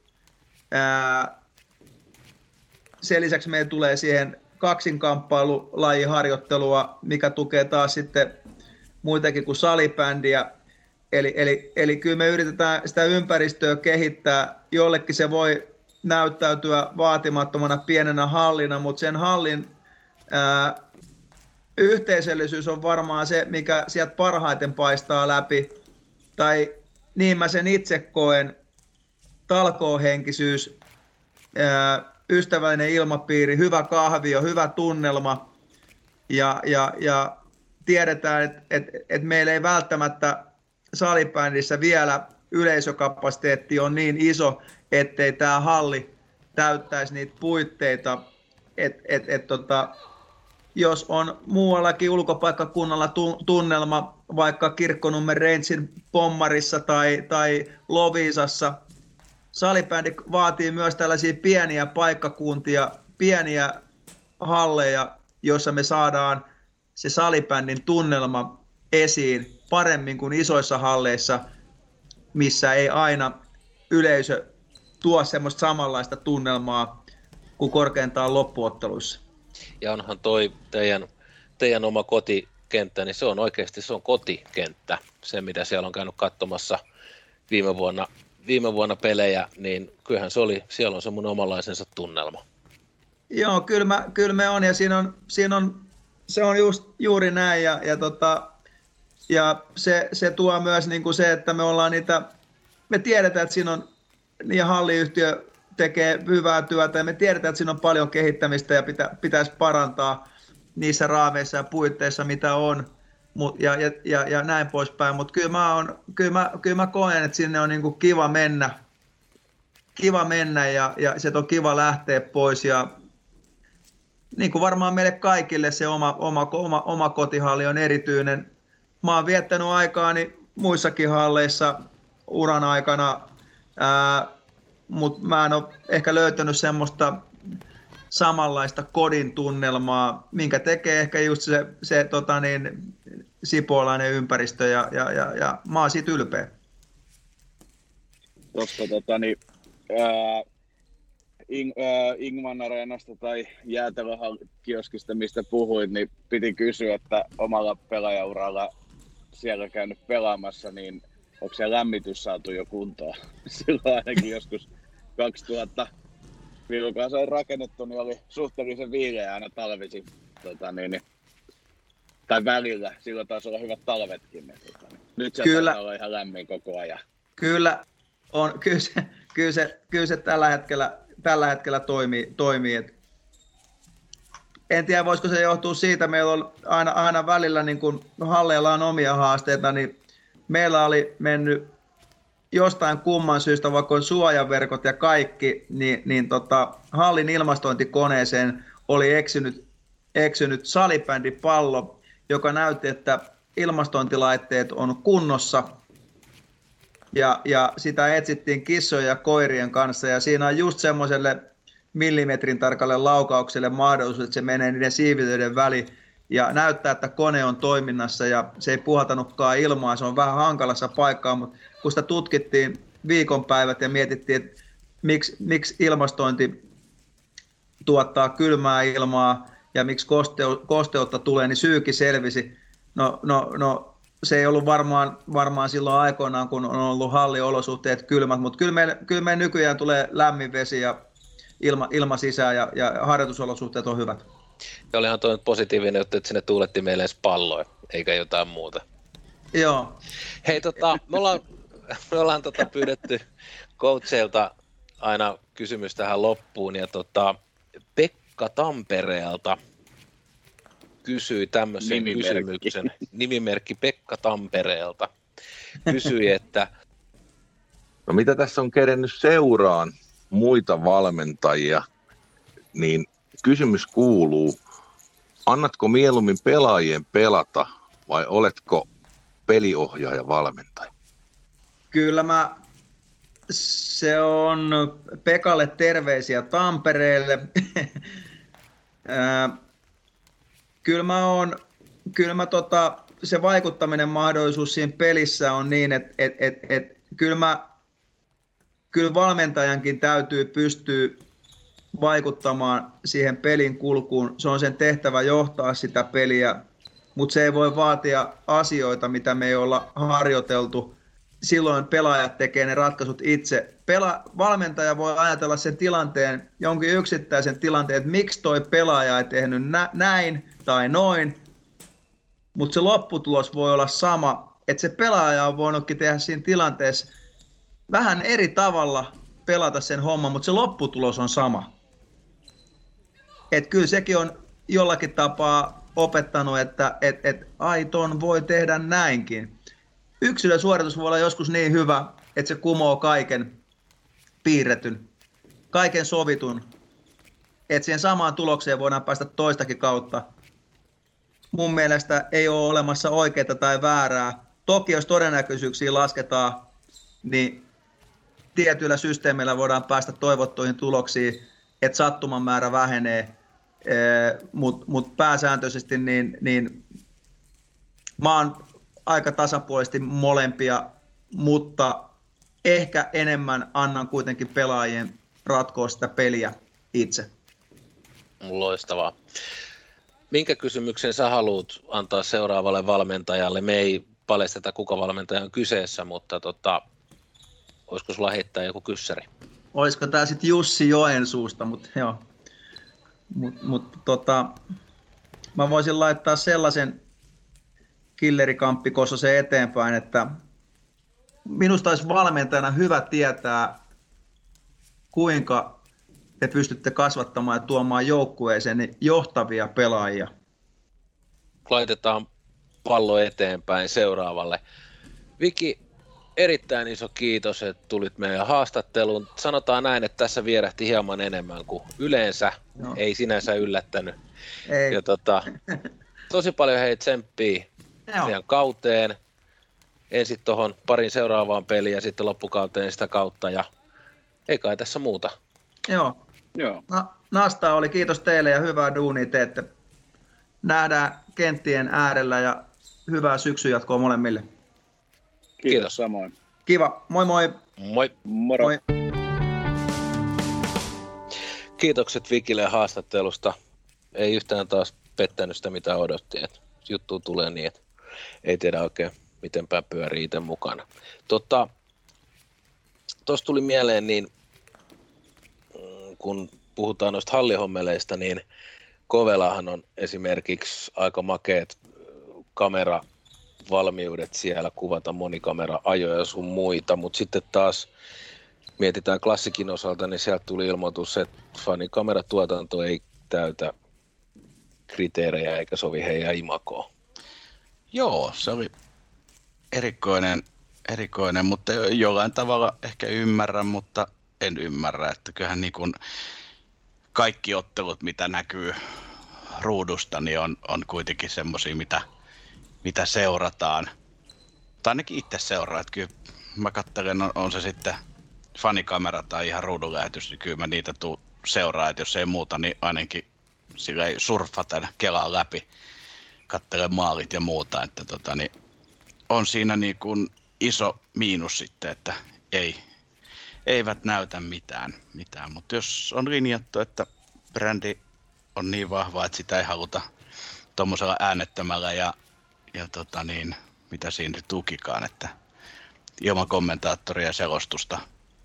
Speaker 3: Sen lisäksi meillä tulee siihen kaksinkamppailulajiharjoittelua, mikä tukee taas sitten muitakin kuin salibändiä. Eli kyllä me yritetään sitä ympäristöä kehittää. Jollekin se voi näyttäytyä vaatimattomana pienenä hallina, mutta sen hallin yhteisöllisyys on varmaan se, mikä sieltä parhaiten paistaa läpi. Tai niin mä sen itse koen, talkoohenkisyys, ystävällinen ilmapiiri, hyvä kahvio, hyvä tunnelma ja tiedetään, että meillä ei välttämättä salibändissä vielä yleisökapasiteetti on niin iso, ettei tämä halli täyttäisi niitä puitteita, jos on muuallakin ulkopaikkakunnalla tunnelma, vaikka Kirkkonummen Rangesin Pommarissa tai Loviisassa, salibändi vaatii myös tällaisia pieniä paikkakuntia, pieniä halleja, joissa me saadaan se salibändin tunnelma esiin paremmin kuin isoissa halleissa, missä ei aina yleisö tuo semmoista samanlaista tunnelmaa kuin korkeintaan loppuotteluissa.
Speaker 1: Ja onhan toi teidän oma kotikenttä, niin se on oikeasti kotikenttä. Se, mitä siellä on käynyt katsomassa viime vuonna pelejä, niin kyllähän siellä on semmoinen omanlaisensa tunnelma.
Speaker 3: Joo, kyllä me on, ja se on juuri näin, ja se tuo myös niin kuin se, että me tiedetään, että siinä on, ja halliyhtiö tekee hyvää työtä, ja me tiedetään, että siinä on paljon kehittämistä, ja pitäisi parantaa niissä raameissa ja puitteissa, mitä on, ja näin poispäin, mutta kyllä mä koen, että sinne on niin kuin kiva mennä, ja sieltä on kiva lähteä pois, ja niin kuin varmaan meille kaikille se oma kotihalli on erityinen. Mä oon viettänyt aikaani muissakin halleissa uran aikana, mutta mä en ole ehkä löytänyt semmoista samanlaista kodin tunnelmaa, minkä tekee ehkä just se sipoolainen ympäristö, ja mä oon siitä ylpeä.
Speaker 4: Tuosta Ingman Areenasta tai jäätelökioskista, mistä puhuit, niin piti kysyä, että omalla pelaajauralla siellä käynyt pelaamassa, niin onko se lämmitys saatu jo kuntoon? Silloin ainakin joskus 2000, kun se on rakennettu, niin oli suhteellisen viileä aina talvisin. Tai välillä, silloin taisi olla hyvät talvetkin. Nyt se taitaa olla ihan lämmin koko ajan.
Speaker 3: Kyllä se tällä hetkellä toimii. En tiedä, voisiko se johtua siitä, meillä on aina välillä, niin kun halleilla on omia haasteita, niin meillä oli mennyt jostain kumman syystä, vaikka on suojaverkot ja kaikki, niin hallin ilmastointikoneeseen oli eksynyt salibändipallo, joka näytti, että ilmastointilaitteet on kunnossa. Ja sitä etsittiin kissojen ja koirien kanssa, ja siinä on just semmoiselle millimetrin tarkalle laukaukselle mahdollisuus, että se menee niiden siivitöiden väliin ja näyttää, että kone on toiminnassa, ja se ei puhaltanutkaan ilmaa, se on vähän hankalassa paikkaa, mutta kun sitä tutkittiin viikonpäivät ja mietittiin, että miksi ilmastointi tuottaa kylmää ilmaa ja miksi kosteutta tulee, niin syykin selvisi. No se ei ollut varmaan silloin aikoinaan, kun on ollut halliolosuhteet kylmät, mutta kyllä me nykyään tulee lämmin vesi ja ilma sisään, ja harjoitusolosuhteet on hyvät.
Speaker 1: Ja olihan tuo positiivinen juttu, että sinne tuulettiin meille edes palloja, eikä jotain muuta.
Speaker 3: Joo.
Speaker 1: Hei, me ollaan pyydetty coacheilta aina kysymys tähän loppuun, ja Pekka Tampereelta kysyi tämmöisen kysymyksen, nimimerkki Pekka Tampereelta, kysyi, että
Speaker 5: no mitä tässä on kerennyt seuraan muita valmentajia, niin kysymys kuuluu, annatko mieluummin pelaajien pelata vai oletko peliohjaaja valmentaja?
Speaker 3: Kyllä se on Pekalle terveisiä Tampereelle. Se vaikuttaminen mahdollisuus siinä pelissä on niin, että kyllä valmentajankin täytyy pystyä vaikuttamaan siihen pelin kulkuun. Se on sen tehtävä johtaa sitä peliä, mutta se ei voi vaatia asioita, mitä me ei olla harjoiteltu. Silloin pelaajat tekee ne ratkaisut itse. Valmentaja voi ajatella sen tilanteen, jonkin yksittäisen tilanteen, että miksi toi pelaaja ei tehnyt näin tai noin, mutta se lopputulos voi olla sama, että se pelaaja on voinutkin tehdä siinä tilanteessa vähän eri tavalla pelata sen homman, mutta se lopputulos on sama. Että kyllä sekin on jollakin tapaa opettanut, että ton voi tehdä näinkin. Yksilösuoritus voi olla joskus niin hyvä, että se kumoo kaiken piirretyn, kaiken sovitun, että siihen samaan tulokseen voidaan päästä toistakin kautta. Mun mielestä ei ole olemassa oikeaa tai väärää. Toki jos todennäköisyyksiä lasketaan, niin tietyillä systeemeillä voidaan päästä toivottuihin tuloksiin, että sattuman määrä vähenee, mutta pääsääntöisesti niin mä oon aika tasapuolisesti molempia, mutta ehkä enemmän annan kuitenkin pelaajien ratkoa sitä peliä itse.
Speaker 1: Loistavaa. Minkä kysymyksen sä haluat antaa seuraavalle valmentajalle? Me ei paljasteta, kuka valmentaja on kyseessä, mutta olisiko sulla heittää joku kyssäri?
Speaker 3: Olisiko tämä sitten Jussi Joensuusta, mutta joo. Mä voisin laittaa sellaisen killerikamppi-kososen eteenpäin, että minusta olisi valmentajana hyvä tietää, kuinka te pystytte kasvattamaan ja tuomaan joukkueeseen johtavia pelaajia.
Speaker 1: Laitetaan pallo eteenpäin seuraavalle. Viki, erittäin iso kiitos, että tulit meidän haastatteluun. Sanotaan näin, että tässä vierähti hieman enemmän kuin yleensä. No. Ei sinänsä yllättänyt.
Speaker 3: Ei.
Speaker 1: Ja tosi paljon hei tsemppiä teidän kauteen. Ensin tuohon parin seuraavaan peliin ja sitten loppukauteen sitä kautta. Ja ei kai tässä muuta.
Speaker 3: Joo. Nasta oli. Kiitos teille ja hyvää duunia teette. Nähdään kenttien äärellä ja hyvää syksyn jatkoa molemmille.
Speaker 4: Kiitos samoin.
Speaker 3: Kiva. Moi moi.
Speaker 1: Moi.
Speaker 4: Moro.
Speaker 3: Moi.
Speaker 1: Kiitokset Vikille haastattelusta. Ei yhtään taas pettänyt sitä, mitä odotti. Että juttu tulee niin, että ei tiedä oikein, miten päin pyörii itse mukana. Tuossa tuli mieleen, niin kun puhutaan noista hallihommeleista, niin Kovelahan on esimerkiksi aika makeat kameravalmiudet siellä kuvata monikamera-ajoja sun muita, mutta sitten taas mietitään klassikin osalta, niin sieltä tuli ilmoitus, että fanikameratuotanto ei täytä kriteerejä eikä sovi heidän imagoon.
Speaker 2: Joo, se oli erikoinen, mutta jollain tavalla ehkä ymmärrän, mutta en ymmärrä, että kyllähän niin kuin kaikki ottelut, mitä näkyy ruudusta, niin on kuitenkin semmoisia, mitä seurataan. Tai ainakin itse seuraa, että kyllä mä katselen, on se sitten fanikamera tai ihan ruudunlähetys, niin kyllä mä niitä seuraa, että jos ei muuta, niin ainakin sillä ei surfata kelaa läpi, katselen maalit ja muuta, että niin on siinä niin kuin iso miinus sitten, että eivät näytä mitään, mutta jos on linjattu, että brändi on niin vahva, että sitä ei haluta tuommoisella äänettömällä ja mitä siinä tukikaan, että ilman kommentaattoria ja selostusta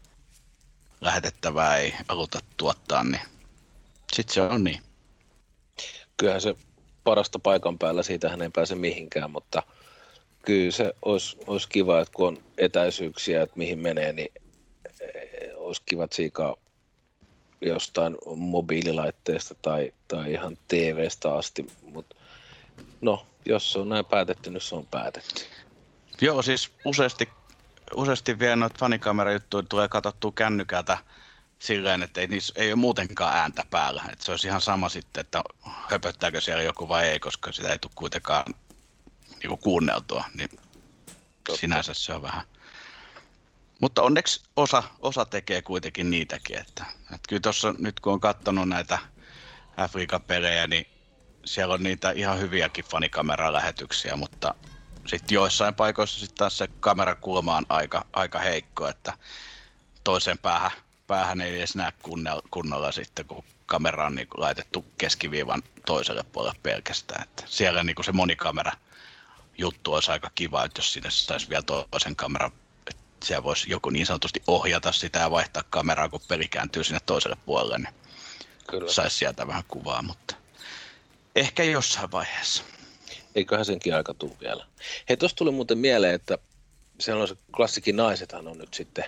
Speaker 2: lähetettävää ei haluta tuottaa, niin sitten se on niin.
Speaker 1: Kyllähän se parasta paikan päällä, siitähän ei pääse mihinkään, mutta kyllä se olisi kiva, että kun on etäisyyksiä, että mihin menee, niin olisi kiva tsiikaa jostain mobiililaitteesta tai ihan TV:stä asti, mutta no, jos se on näin päätetty, niin se on päätetty.
Speaker 2: Joo, siis useasti vielä noita fanikamerajuttuja tulee katsottua kännykältä silleen, että ei ole muutenkaan ääntä päällä. Että se olisi ihan sama sitten, että höpöttääkö siellä joku vai ei, koska sitä ei tule kuitenkaan niin kuunneltua, niin sinänsä se on vähän. Mutta onneksi osa tekee kuitenkin niitäkin, että kyllä tuossa nyt kun on katsonut näitä F-liiga-pelejä, niin siellä on niitä ihan hyviäkin fanikameralahetyksiä, mutta sitten joissain paikoissa sitten taas se kamerakulma on aika heikko, että toiseen päähän ei edes näe kunnolla sitten, kun kamera on niin laitettu keskiviivan toiselle puolelle pelkästään, että siellä niin se monikamera juttu olisi aika kiva, että jos sinne saisi vielä toisen kameran, että siellä voisi joku niin sanotusti ohjata sitä ja vaihtaa kameraa, kun peli kääntyy sinne toiselle puolelle, niin kyllä saisi sieltä vähän kuvaa, mutta ehkä jossain vaiheessa.
Speaker 1: Eiköhän senkin aika tule vielä. Hei, tuossa tuli muuten mieleen, että siellä on se klassikin naisethan on nyt sitten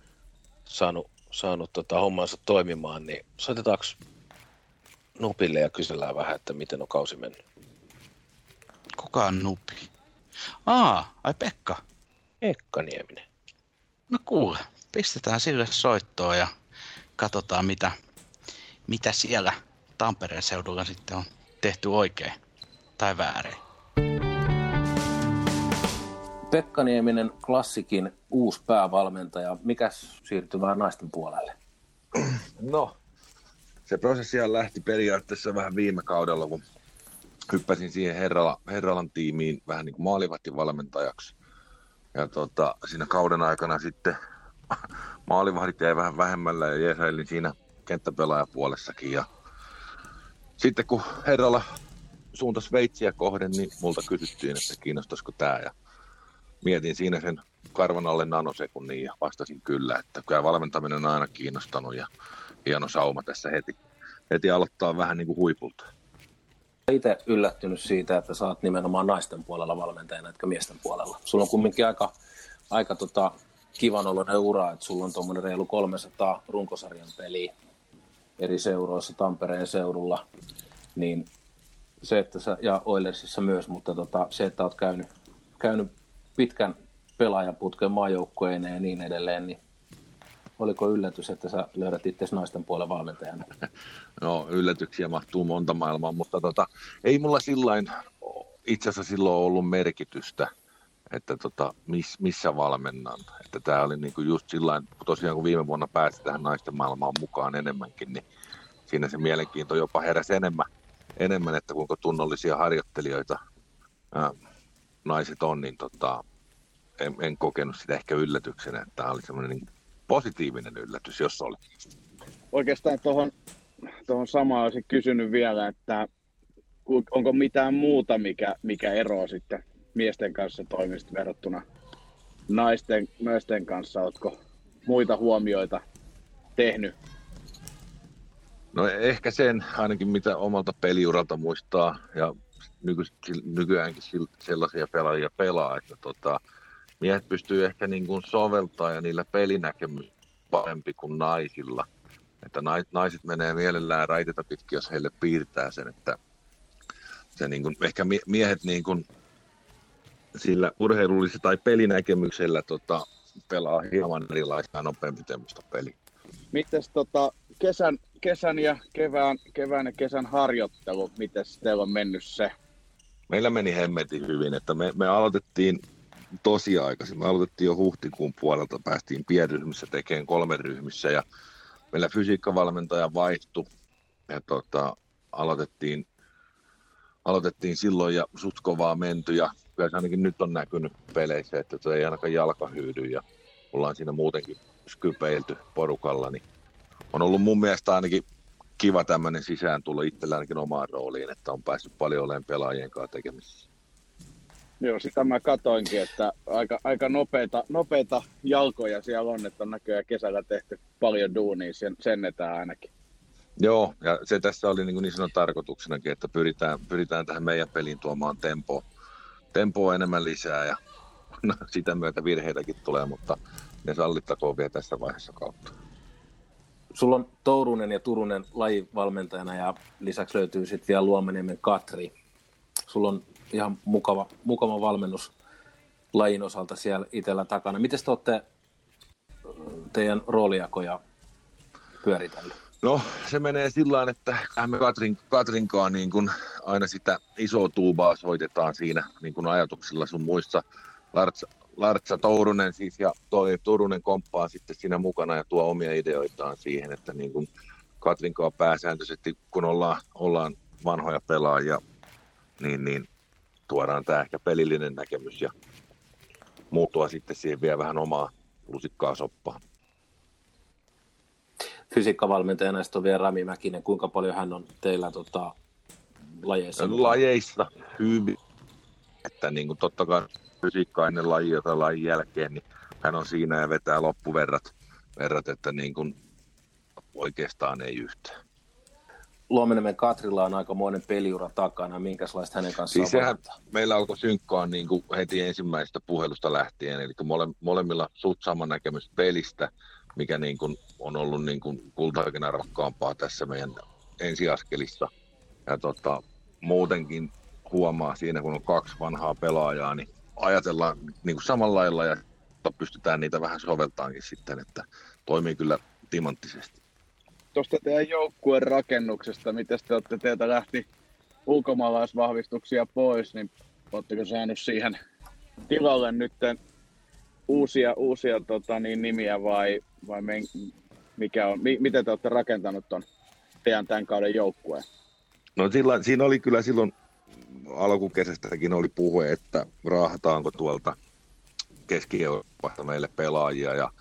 Speaker 1: saanut hommansa toimimaan, niin soitetaanko Nupille ja kysellään vähän, että miten on kausi mennyt?
Speaker 2: Kuka on Nupi? Ai Pekka.
Speaker 1: Pekka Nieminen.
Speaker 2: No kuule, pistetään sille soittoon ja katsotaan mitä siellä Tampereen seudulla sitten on tehty oikein tai väärin.
Speaker 1: Pekka Nieminen, klassikin uusi päävalmentaja. Mikäs siirtyi vähän naisten puolelle?
Speaker 5: No, se prosessihan lähti periaatteessa vähän viime kaudella, kun hyppäsin siihen Herralan tiimiin vähän niin kuin maalivahtivalmentajaksi. Ja siinä kauden aikana sitten maalivahdit jäi vähän vähemmällä ja jeesailin siinä kenttäpelaajapuolessakin. Ja sitten kun herralla suuntasi Sveitsiä kohden, niin multa kysyttiin, että kiinnostaisiko tämä. Ja mietin siinä sen karvan alle nanosekunnin ja vastasin kyllä, että kyllä valmentaminen on aina kiinnostanut ja hieno sauma tässä heti aloittaa vähän niin kuin huipulta.
Speaker 1: Itse yllättynyt siitä, että sä oot nimenomaan naisten puolella valmentajana, etkä miesten puolella. Sulla on kumminkin aika kivan oloinen ura, että sulla on tuommoinen reilu 300 runkosarjan peliä eri seuroissa Tampereen seudulla, niin se, että ja Oilersissa myös, mutta se, että olet käynyt pitkän pelaajaputken maajoukkueineen ja niin edelleen, niin oliko yllätys, että sä löydät itse naisten puolen valmentajana?
Speaker 5: No, yllätyksiä mahtuu monta maailmaa, mutta ei mulla sillain itse asiassa silloin ollut merkitystä, että missä valmennan. Että tää oli niinku just sillain, tosiaan kun viime vuonna pääsi tähän naisten maailmaan mukaan enemmänkin, niin siinä se mielenkiinto jopa heräsi enemmän, että kuinka tunnollisia harjoittelijoita naiset on, niin en kokenut sitä ehkä yllätyksenä, että tämä oli semmoinen niin positiivinen yllätys, jos oli.
Speaker 4: Oikeastaan tuohon samaan olisin kysynyt vielä, että onko mitään muuta, mikä eroaa sitten miesten kanssa toimista verrattuna naisten kanssa? Oletko muita huomioita tehnyt?
Speaker 5: No ehkä sen ainakin mitä omalta peliuralta muistaa ja nykyäänkin sellaisia pelaajia pelaa, että miehet pystyy ehkä niin kuin soveltaa ja niillä pelinäkemys parempi kuin naisilla. Että naiset menee mielellään raiteita pitkin, jos heille piirtää sen, että se niin kuin, ehkä miehet niin kuin sillä urheilullisella tai pelinäkemyksellä pelaa hieman erilaista nopeampi tempoista peliä.
Speaker 4: Mites kesän ja kevään ja kesän harjoittelu, miten teillä on mennyt se?
Speaker 5: Meillä meni hemmetin hyvin, että me aloitettiin tosi aikaisin. Me aloitettiin jo huhtikuun puolelta, päästiin pienryhmissä tekemään 3 ryhmissä ja meillä fysiikkavalmentaja vaihtui ja aloitettiin silloin ja suht kovaa menty ja kyllä se ainakin nyt on näkynyt peleissä, että se ei ainakaan jalka hyydy ja ollaan siinä muutenkin skypeilty porukalla, niin on ollut mun mielestä ainakin kiva tämmöinen sisääntulo itsellä ainakin omaan rooliin, että on päässyt paljon olemaan pelaajien kanssa tekemisissä.
Speaker 4: Joo, sitä mä katoinkin, että aika nopeita jalkoja siellä on, että on näköjään kesällä tehty paljon duunia, sen etään ainakin.
Speaker 5: Joo, ja se tässä oli niin sanon tarkoituksenakin, että pyritään tähän meidän peliin tuomaan tempoa enemmän lisää ja sitä myötä virheitäkin tulee, mutta ne sallittakoon vielä tässä vaiheessa kautta.
Speaker 1: Sulla on Tourunen ja Turunen lajivalmentajana ja lisäksi löytyy sitten vielä Luomaniemen Katri. Sulla on ihan mukava valmennus lajin osalta siellä itsellä takana. Miten te olette teidän roolijakoja pyöritellyt?
Speaker 5: No se menee sillä että me Katrinkaan niin kun aina sitä isoa tuubaa soitetaan siinä niin kun ajatuksilla sun muissa. Lartsa Tourunen siis ja toi Turunen komppaa sitten siinä mukana ja tuo omia ideoitaan siihen, että niin kun Katrinkaan pääsääntöisesti kun ollaan vanhoja pelaajia, niin tuodaan tämä ehkä pelillinen näkemys ja muuttua sitten siihen vielä vähän omaa lusikkaa soppaan.
Speaker 1: Fysiikkavalmentajana on vielä Rami Mäkinen. Kuinka paljon hän on teillä lajeissa?
Speaker 5: Lajeissa hyvin. Että niin kuin totta kai fysiikka ennen lajia tai lajin jälkeen, niin hän on siinä ja vetää loppuverrat, että niin kuin oikeastaan ei yhtään.
Speaker 1: Luomaniemen Katrilla on aikamoinen peliura takana. Minkälaista hänen kanssaan
Speaker 5: siis meillä alkoi synkkaa niin kuin heti ensimmäisestä puhelusta lähtien, eli molemmilla suht sama näkemys pelistä, mikä niin kuin on ollut niin kuin kultaikena rakkaampaa tässä meidän ensiaskelissa. Ja muutenkin huomaa siinä, kun on 2 vanhaa pelaajaa, niin ajatellaan niin kuin samalla lailla ja pystytään niitä vähän soveltaankin sitten, että toimii kyllä timanttisesti.
Speaker 4: Tuosta teidän joukkueen rakennuksesta, miten te olette, teiltä lähti ulkomaalaisvahvistuksia pois, niin oletteko saanut siihen tilalle nyt uusia nimiä vai mikä on, miten te olette rakentanut ton teidän tämän kauden joukkueen?
Speaker 5: No siinä oli kyllä silloin alkukesästäkin oli puhe, että raahataanko tuolta Keski-Euroopasta meille pelaajia ja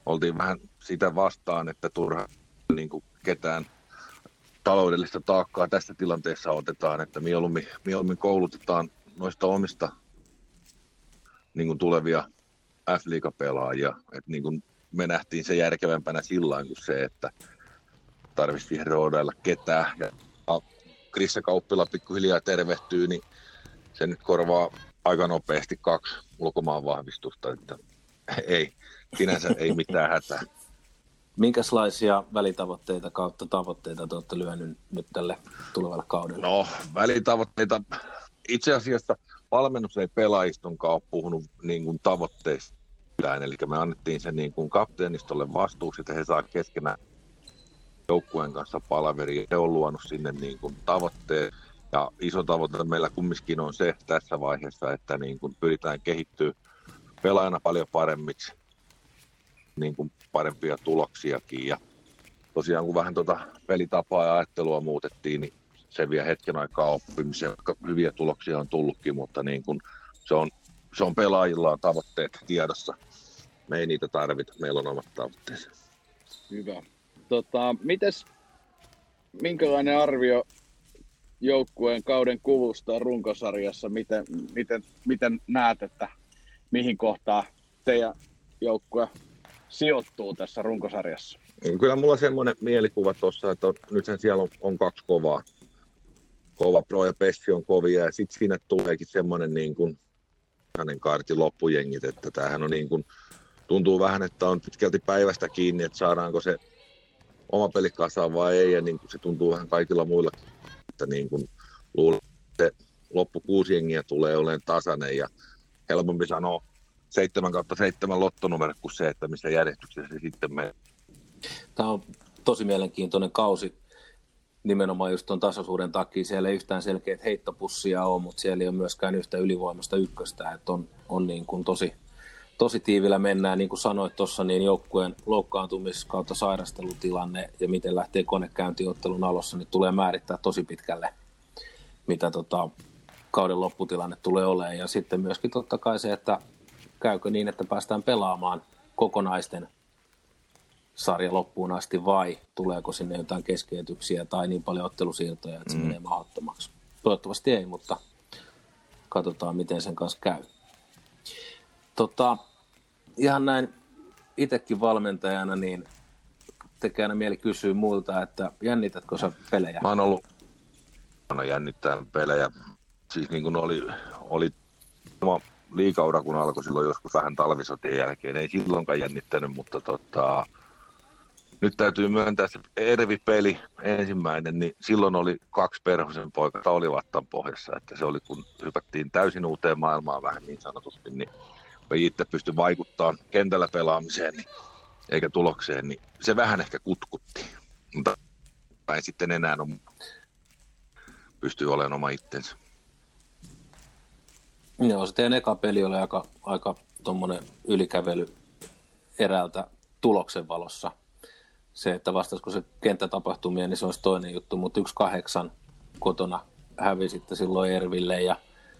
Speaker 5: oltiin vähän sitä vastaan, että turha niin kuin ketään taloudellista taakkaa tässä tilanteessa otetaan, että mieluummin koulutetaan noista omista niin kuin tulevia F-liigapelaajia. Että niin kuin me nähtiin se järkevämpänä sillain kuin se, että tarvitsisi siihen roodailla ketään. Ja Krissa Kauppila pikkuhiljaa tervehtyy, niin se nyt korvaa aika nopeasti 2 ulkomaan vahvistusta, että sinänsä ei mitään hätää.
Speaker 1: Minkälaisia välitavoitteita kautta tavoitteita te olette lyönyt nyt tälle tulevalle kaudelle?
Speaker 5: No, välitavoitteita. Itse asiassa valmennus ei pelaajistonkaan ole puhunut niin kuin tavoitteista. Eli me annettiin sen niin kuin kapteenistolle vastuuksi, että he saa keskenään joukkueen kanssa palaveria. Se on luonut sinne niin kuin tavoitteet. Ja iso tavoite meillä kumminkin on se tässä vaiheessa, että niin kuin pyritään kehittyä pelaajana paljon paremmiksi, niin kuin parempia tuloksiakin. Ja tosiaan kun vähän pelitapaa ja ajattelua muutettiin, niin se vie hetken aikaa oppimiseen, vaikka hyviä tuloksia on tullutkin, mutta niin kuin se on pelaajilla tavoitteet tiedossa. Me ei niitä tarvita, meillä on omat tavoitteensa.
Speaker 4: Hyvä. Minkälainen arvio joukkueen kauden kuvusta runkosarjassa? Miten näet, että mihin kohtaan teidän joukkue sijoittuu tässä runkosarjassa?
Speaker 5: Kyllä mulla semmoinen mielikuva tuossa, että nythän siellä on 2 kovaa. Kova Pro ja Pessi on kovia ja sitten siinä tuleekin semmoinen niin kuin hänen kaartin loppujengit, että tämähän on niin kuin, tuntuu vähän, että on pitkälti päivästä kiinni, että saadaanko se oma peli kasaan vai ei, ja niin kuin se tuntuu vähän kaikilla muilla, että niin kuin luulen, että se loppu 6 jengiä tulee olemaan tasainen ja helpompi sanoa 7/7 lottonumero kuin se, että missä järjestyksessä se sitten menee.
Speaker 1: Tämä on tosi mielenkiintoinen kausi. Nimenomaan just tuon tasaisuuden takia siellä ei yhtään selkeät heittopussia ole, mutta siellä ei ole myöskään yhtä ylivoimasta ykköstä, että on niin kuin tosi tiivillä mennään, niin kuin sanoit tuossa, niin joukkueen loukkaantumis kautta sairastelutilanne ja miten lähtee konekäyntiottelun alussa, niin tulee määrittää tosi pitkälle, mitä kauden lopputilanne tulee olemaan. Ja sitten myöskin totta kai se, että käykö niin, että päästään pelaamaan kokonaisten sarja loppuun asti vai tuleeko sinne jotain keskeytyksiä tai niin paljon ottelusiirtoja, että se menee mahdottomaksi. Toivottavasti ei, mutta katsotaan miten sen kanssa käy. Ihan näin itsekin valmentajana, niin tekee aina mieli kysyä muilta, että jännitätkö sä pelejä?
Speaker 5: Mä oon ollut jännittää pelejä. Siis niin kuin oli oma liigaura, kun alkoi silloin joskus vähän talvisotien jälkeen. Ei silloinkaan jännittänyt, mutta nyt täytyy myöntää se Ervi-peli ensimmäinen, niin silloin oli 2 Perhosen poikaa Olivattan pohjassa, että se oli kun hypättiin täysin uuteen maailmaan vähän niin sanotusti, niin ei itse pysty vaikuttamaan kentällä pelaamiseen niin, eikä tulokseen, niin se vähän ehkä kutkutti, mutta ei sitten enää pystyy olemaan oma itsensä.
Speaker 1: Joo, se teidän eka peli oli aika tommonen ylikävely eräältä tuloksen valossa. Se, että vastaisiko se kenttätapahtumia, niin se olisi toinen juttu, mutta 1-8 kotona hävisitte silloin Erville ja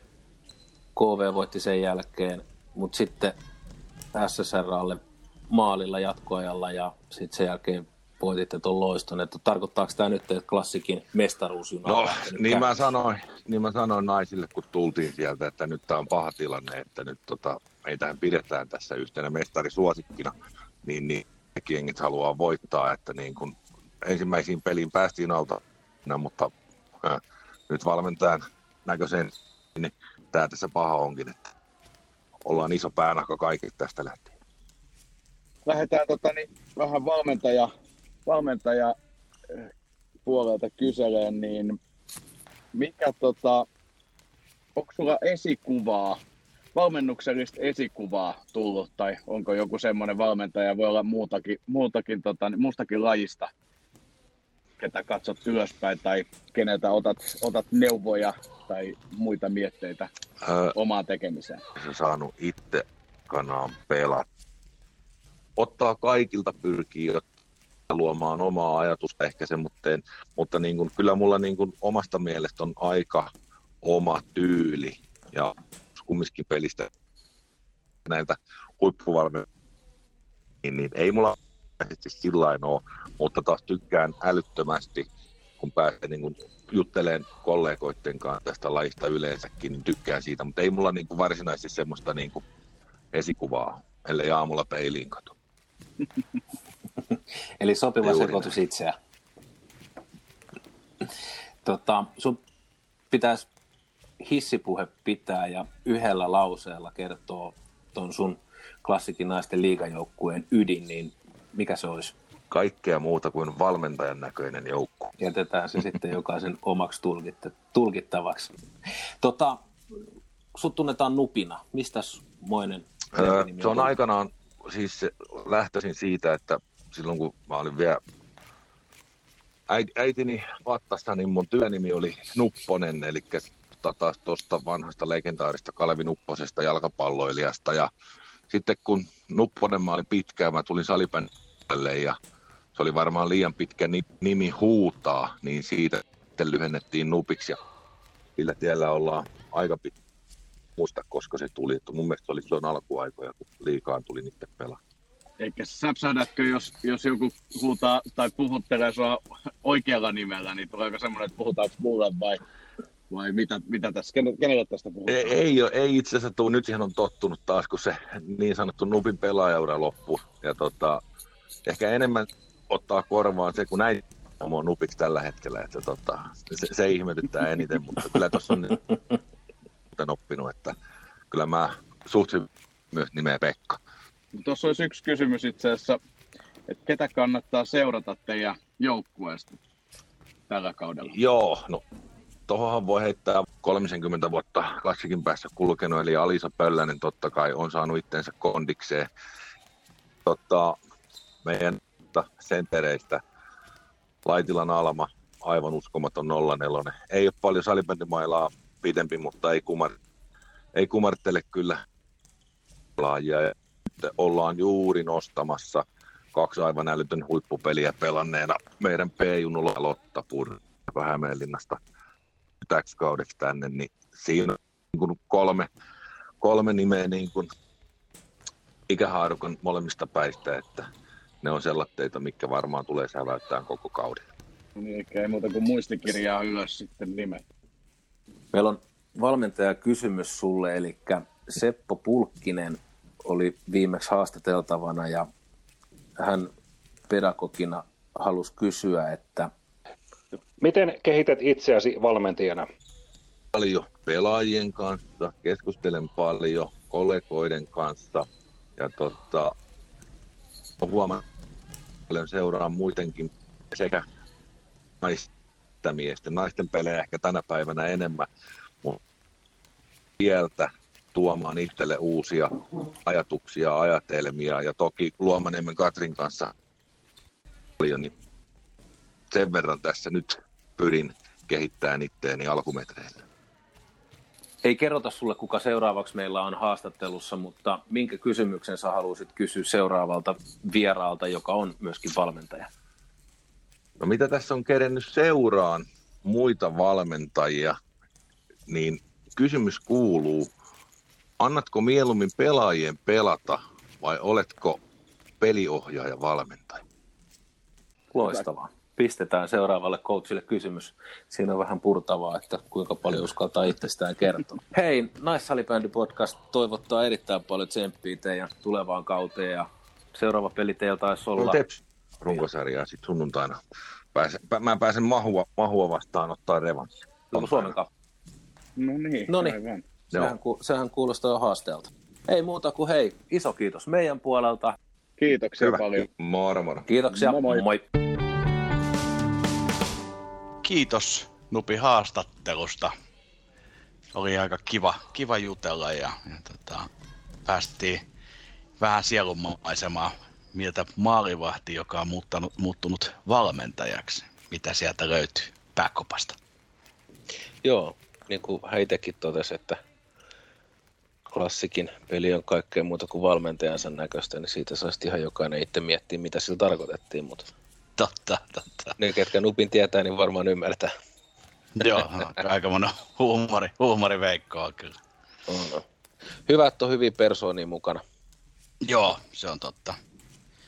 Speaker 1: KV voitti sen jälkeen, mutta sitten SSR:lle maalilla jatkoajalla ja sitten sen jälkeen voititte tuon Loiston. Että tarkoittaako tämä nyt, että klassikin mestaruusjuna?
Speaker 5: No, niin mä sanoin naisille, kun tultiin sieltä, että nyt tämä on paha tilanne, että nyt meitähän pidetään tässä yhtenä mestarisuosikkina, niin jengit haluaa voittaa, että niin kun ensimmäisiin peliin päästiin alta, mutta nyt valmentajan näköiseen, niin tämä tässä paha onkin, että ollaan iso päänahka kaikille tästä lähtien.
Speaker 4: Lähdetään vähän valmentaja puolelta kyseleen, niin mikä onko sulla esikuvaa, valmennuksellista esikuvaa tullut, tai onko joku semmoinen valmentaja, voi olla muustakin lajista, ketä katsot ylöspäin, tai keneltä otat neuvoja tai muita mietteitä omaan tekemiseen?
Speaker 5: Se saanut itse kanaan pelata. Ottaa kaikilta pyrkii luomaan omaa ajatusta ehkä sen, mutta niin kuin, kyllä mulla niin kuin omasta mielestä on aika oma tyyli ja kumminkin pelistä näiltä huippuvalmentajilta niin ei mulla siis sillain ole, mutta taas tykkään älyttömästi, kun pääsee niin juttelemaan kollegoiden kanssa tästä lajista yleensäkin, niin tykkään siitä, mutta ei mulla niin kuin varsinaisesti semmoista niin kuin esikuvaa, ellei aamulla peiliin kato.
Speaker 6: Eli sopiva sekoitus itseä. Sun pitäisi hissipuhe pitää ja yhdellä lauseella kertoo ton sun Klassikin naisten liigajoukkueen ydin, niin mikä se olisi?
Speaker 5: Kaikkea muuta kuin valmentajan näköinen joukko.
Speaker 6: Jätetään se sitten jokaisen omaksi tulkittavaksi. Sut tunnetaan Nupina. Mistäs moinen nimi
Speaker 5: se on aikanaan siis lähtöisin siitä, että silloin kun mä olin vielä äitini vattassa, niin mun työnimi oli Nupponen, eli taas tuosta vanhasta legendaarista Kalevi Nupposesta jalkapalloilijasta. Ja sitten kun Nupponen mä olin pitkään, mä tulin salibändille ja se oli varmaan liian pitkä nimi huutaa, niin siitä sitten lyhennettiin Nupiksi ja sillä tiellä ollaan aika pitkä. Muista, koska se tuli. Mun mielestä se oli silloin alkuaikoja, kun liikaan tuli niiden pelaa.
Speaker 4: Eikä säpsähdätkö, jos joku huutaa tai puhuttelee sua oikealla nimellä, niin tuleeko semmoinen, että puhutaanko mulle vai mitä tässä, kenelle tästä puhutaan?
Speaker 5: Ei itse asiassa tule. Nyt siihen on tottunut taas, kun se niin sanottu Nupin pelaajaura loppui. Ja ehkä enemmän ottaa korvaan se, kun näin on Nupiksi tällä hetkellä. Että se ihmetyttää eniten, mutta kyllä tuossa on oppinut, että kyllä mä suhtsin myös nimeä Pekka.
Speaker 4: Tuossa olisi yksi kysymys itse asiassa, että ketä kannattaa seurata teidän joukkueesta tällä kaudella?
Speaker 5: Joo, no tohonhan voi heittää 30 vuotta Klassikin päässä kulkenut, eli Alisa Pöllänen totta kai on saanut itsensä kondikseen. Meidän sentereistä Laitilan Alma, aivan uskomaton 04. Ei ole paljon salibändimailaa pidempi, mutta ei kumartele kyllä laajia. Ja ollaan juuri nostamassa 2 aivan älytön huippupeliä pelanneena meidän P-junulla Lotta Purra Hämeenlinnasta täksi kaudeksi tänne, niin siinä on niin kolme nimeä niin kuin ikähaarukan molemmista päistä, että ne on sellaisia, mitkä varmaan tulee säväyttämään koko kauden.
Speaker 4: Niin, ei muuta kuin muistikirjaa ylös sitten nimet.
Speaker 6: Meillä on valmentajakysymys sulle, eli Seppo Pulkkinen oli viimeksi haastateltavana ja hän pedagogina halusi kysyä, että
Speaker 7: miten kehität itseäsi valmentajana?
Speaker 5: Paljon pelaajien kanssa, keskustelen paljon kollegoiden kanssa ja huomaan paljon seuraan muidenkin sekä naisten pelejä ehkä tänä päivänä enemmän, mutta sieltä tuomaan itselle uusia ajatuksia, ajatelmia ja toki Luomaniemen Katrin kanssa paljon, niin sen verran tässä nyt pyrin kehittämään itteeni alkumetreillä.
Speaker 6: ei kerrota sulle, kuka seuraavaksi meillä on haastattelussa, mutta minkä kysymyksen sä haluaisit kysyä seuraavalta vieraalta, joka on myöskin valmentaja?
Speaker 5: No mitä tässä on kerennyt seuraan muita valmentajia, niin kysymys kuuluu, annatko mieluummin pelaajien pelata vai oletko peliohjaaja valmentaja?
Speaker 6: Loistavaa. Pistetään seuraavalle coachille kysymys. Siinä on vähän purtavaa, että kuinka paljon uskaltaa itsestään kertoa. Hei, Naissalibändi-podcast toivottaa erittäin paljon tsemppiä teidän tulevaan kauteen ja seuraava peli teillä taisi olla...
Speaker 5: Teps runkosarjaa sitten sunnuntaina. Mä pääsen mahua vastaan ottaa revanssia.
Speaker 6: Onko Suomen Cup?
Speaker 4: No niin, aivan.
Speaker 6: Sehän kuulostaa jo haasteelta. Ei muuta kuin hei, iso kiitos meidän puolelta.
Speaker 4: Kiitoksia
Speaker 5: Hyvä.
Speaker 4: paljon.
Speaker 5: Moro.
Speaker 6: Kiitoksia,
Speaker 4: Moi.
Speaker 6: moi.
Speaker 2: Kiitos Nupi haastattelusta. Oli aika kiva jutella ja päästiin vähän sielunmaisemaan, miltä maalivahti, joka on muuttunut valmentajaksi. Mitä sieltä löytyy pääkopasta?
Speaker 1: Joo, niin kuin hän itsekin totesi, että Klassikin peli on kaikkea muuta kuin valmentajansa näköistä, niin siitä saisi ihan jokainen itse miettiä, mitä sillä tarkoitettiin, mutta
Speaker 2: Totta.
Speaker 1: ne, ketkä Nupin tietää, niin varmaan ymmärtää.
Speaker 2: Joo, aika monen huumoriveikkoa kyllä.
Speaker 1: On. Hyvä, että on hyviä persoonia mukana.
Speaker 2: Joo, se on totta.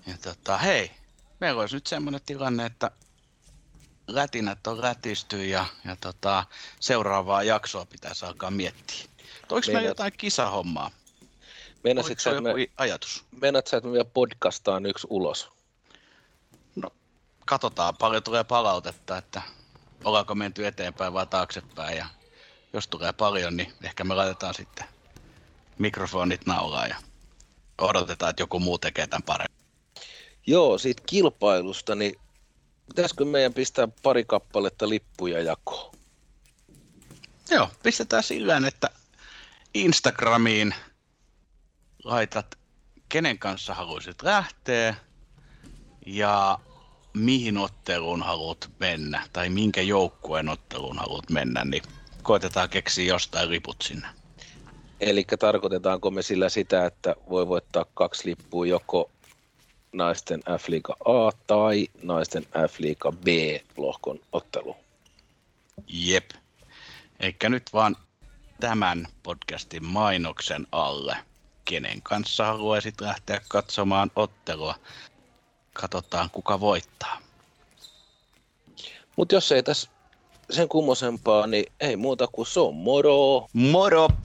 Speaker 2: Ja hei, meillä olisi nyt semmoinen tilanne, että lätinät on rätisty ja seuraavaa jaksoa pitäisi alkaa miettiä. Oliko meillä jotain kisahommaa? Oliko se joku ajatus?
Speaker 1: Meinaat sä, että me vielä podcastaan yksi ulos?
Speaker 2: No, katsotaan. Paljon tulee palautetta, että ollaanko menty eteenpäin vai taaksepäin. Ja jos tulee paljon, niin ehkä me laitetaan sitten mikrofonit naulaan ja odotetaan, että joku muu tekee tämän paremmin.
Speaker 1: Joo, siitä kilpailusta, niin pitäisikö meidän pistää pari kappaletta lippuja jakoon?
Speaker 2: Joo, pistetään sillä, että Instagramiin laitat, kenen kanssa haluaisit lähteä ja mihin otteluun haluat mennä tai minkä joukkueen otteluun haluat mennä, niin koitetaan keksiä jostain liput sinne.
Speaker 1: Eli tarkoitetaanko me sillä sitä, että voi voittaa 2 lippua joko naisten F-liiga A tai naisten F-liiga B-lohkon otteluun?
Speaker 2: Jep. Eikä nyt vaan tämän podcastin mainoksen alle. Kenen kanssa haluaisit lähteä katsomaan ottelua? Katsotaan, kuka voittaa.
Speaker 1: Mutta jos ei tässä sen kummosempaa, niin ei muuta kuin se on moro!
Speaker 2: Moro!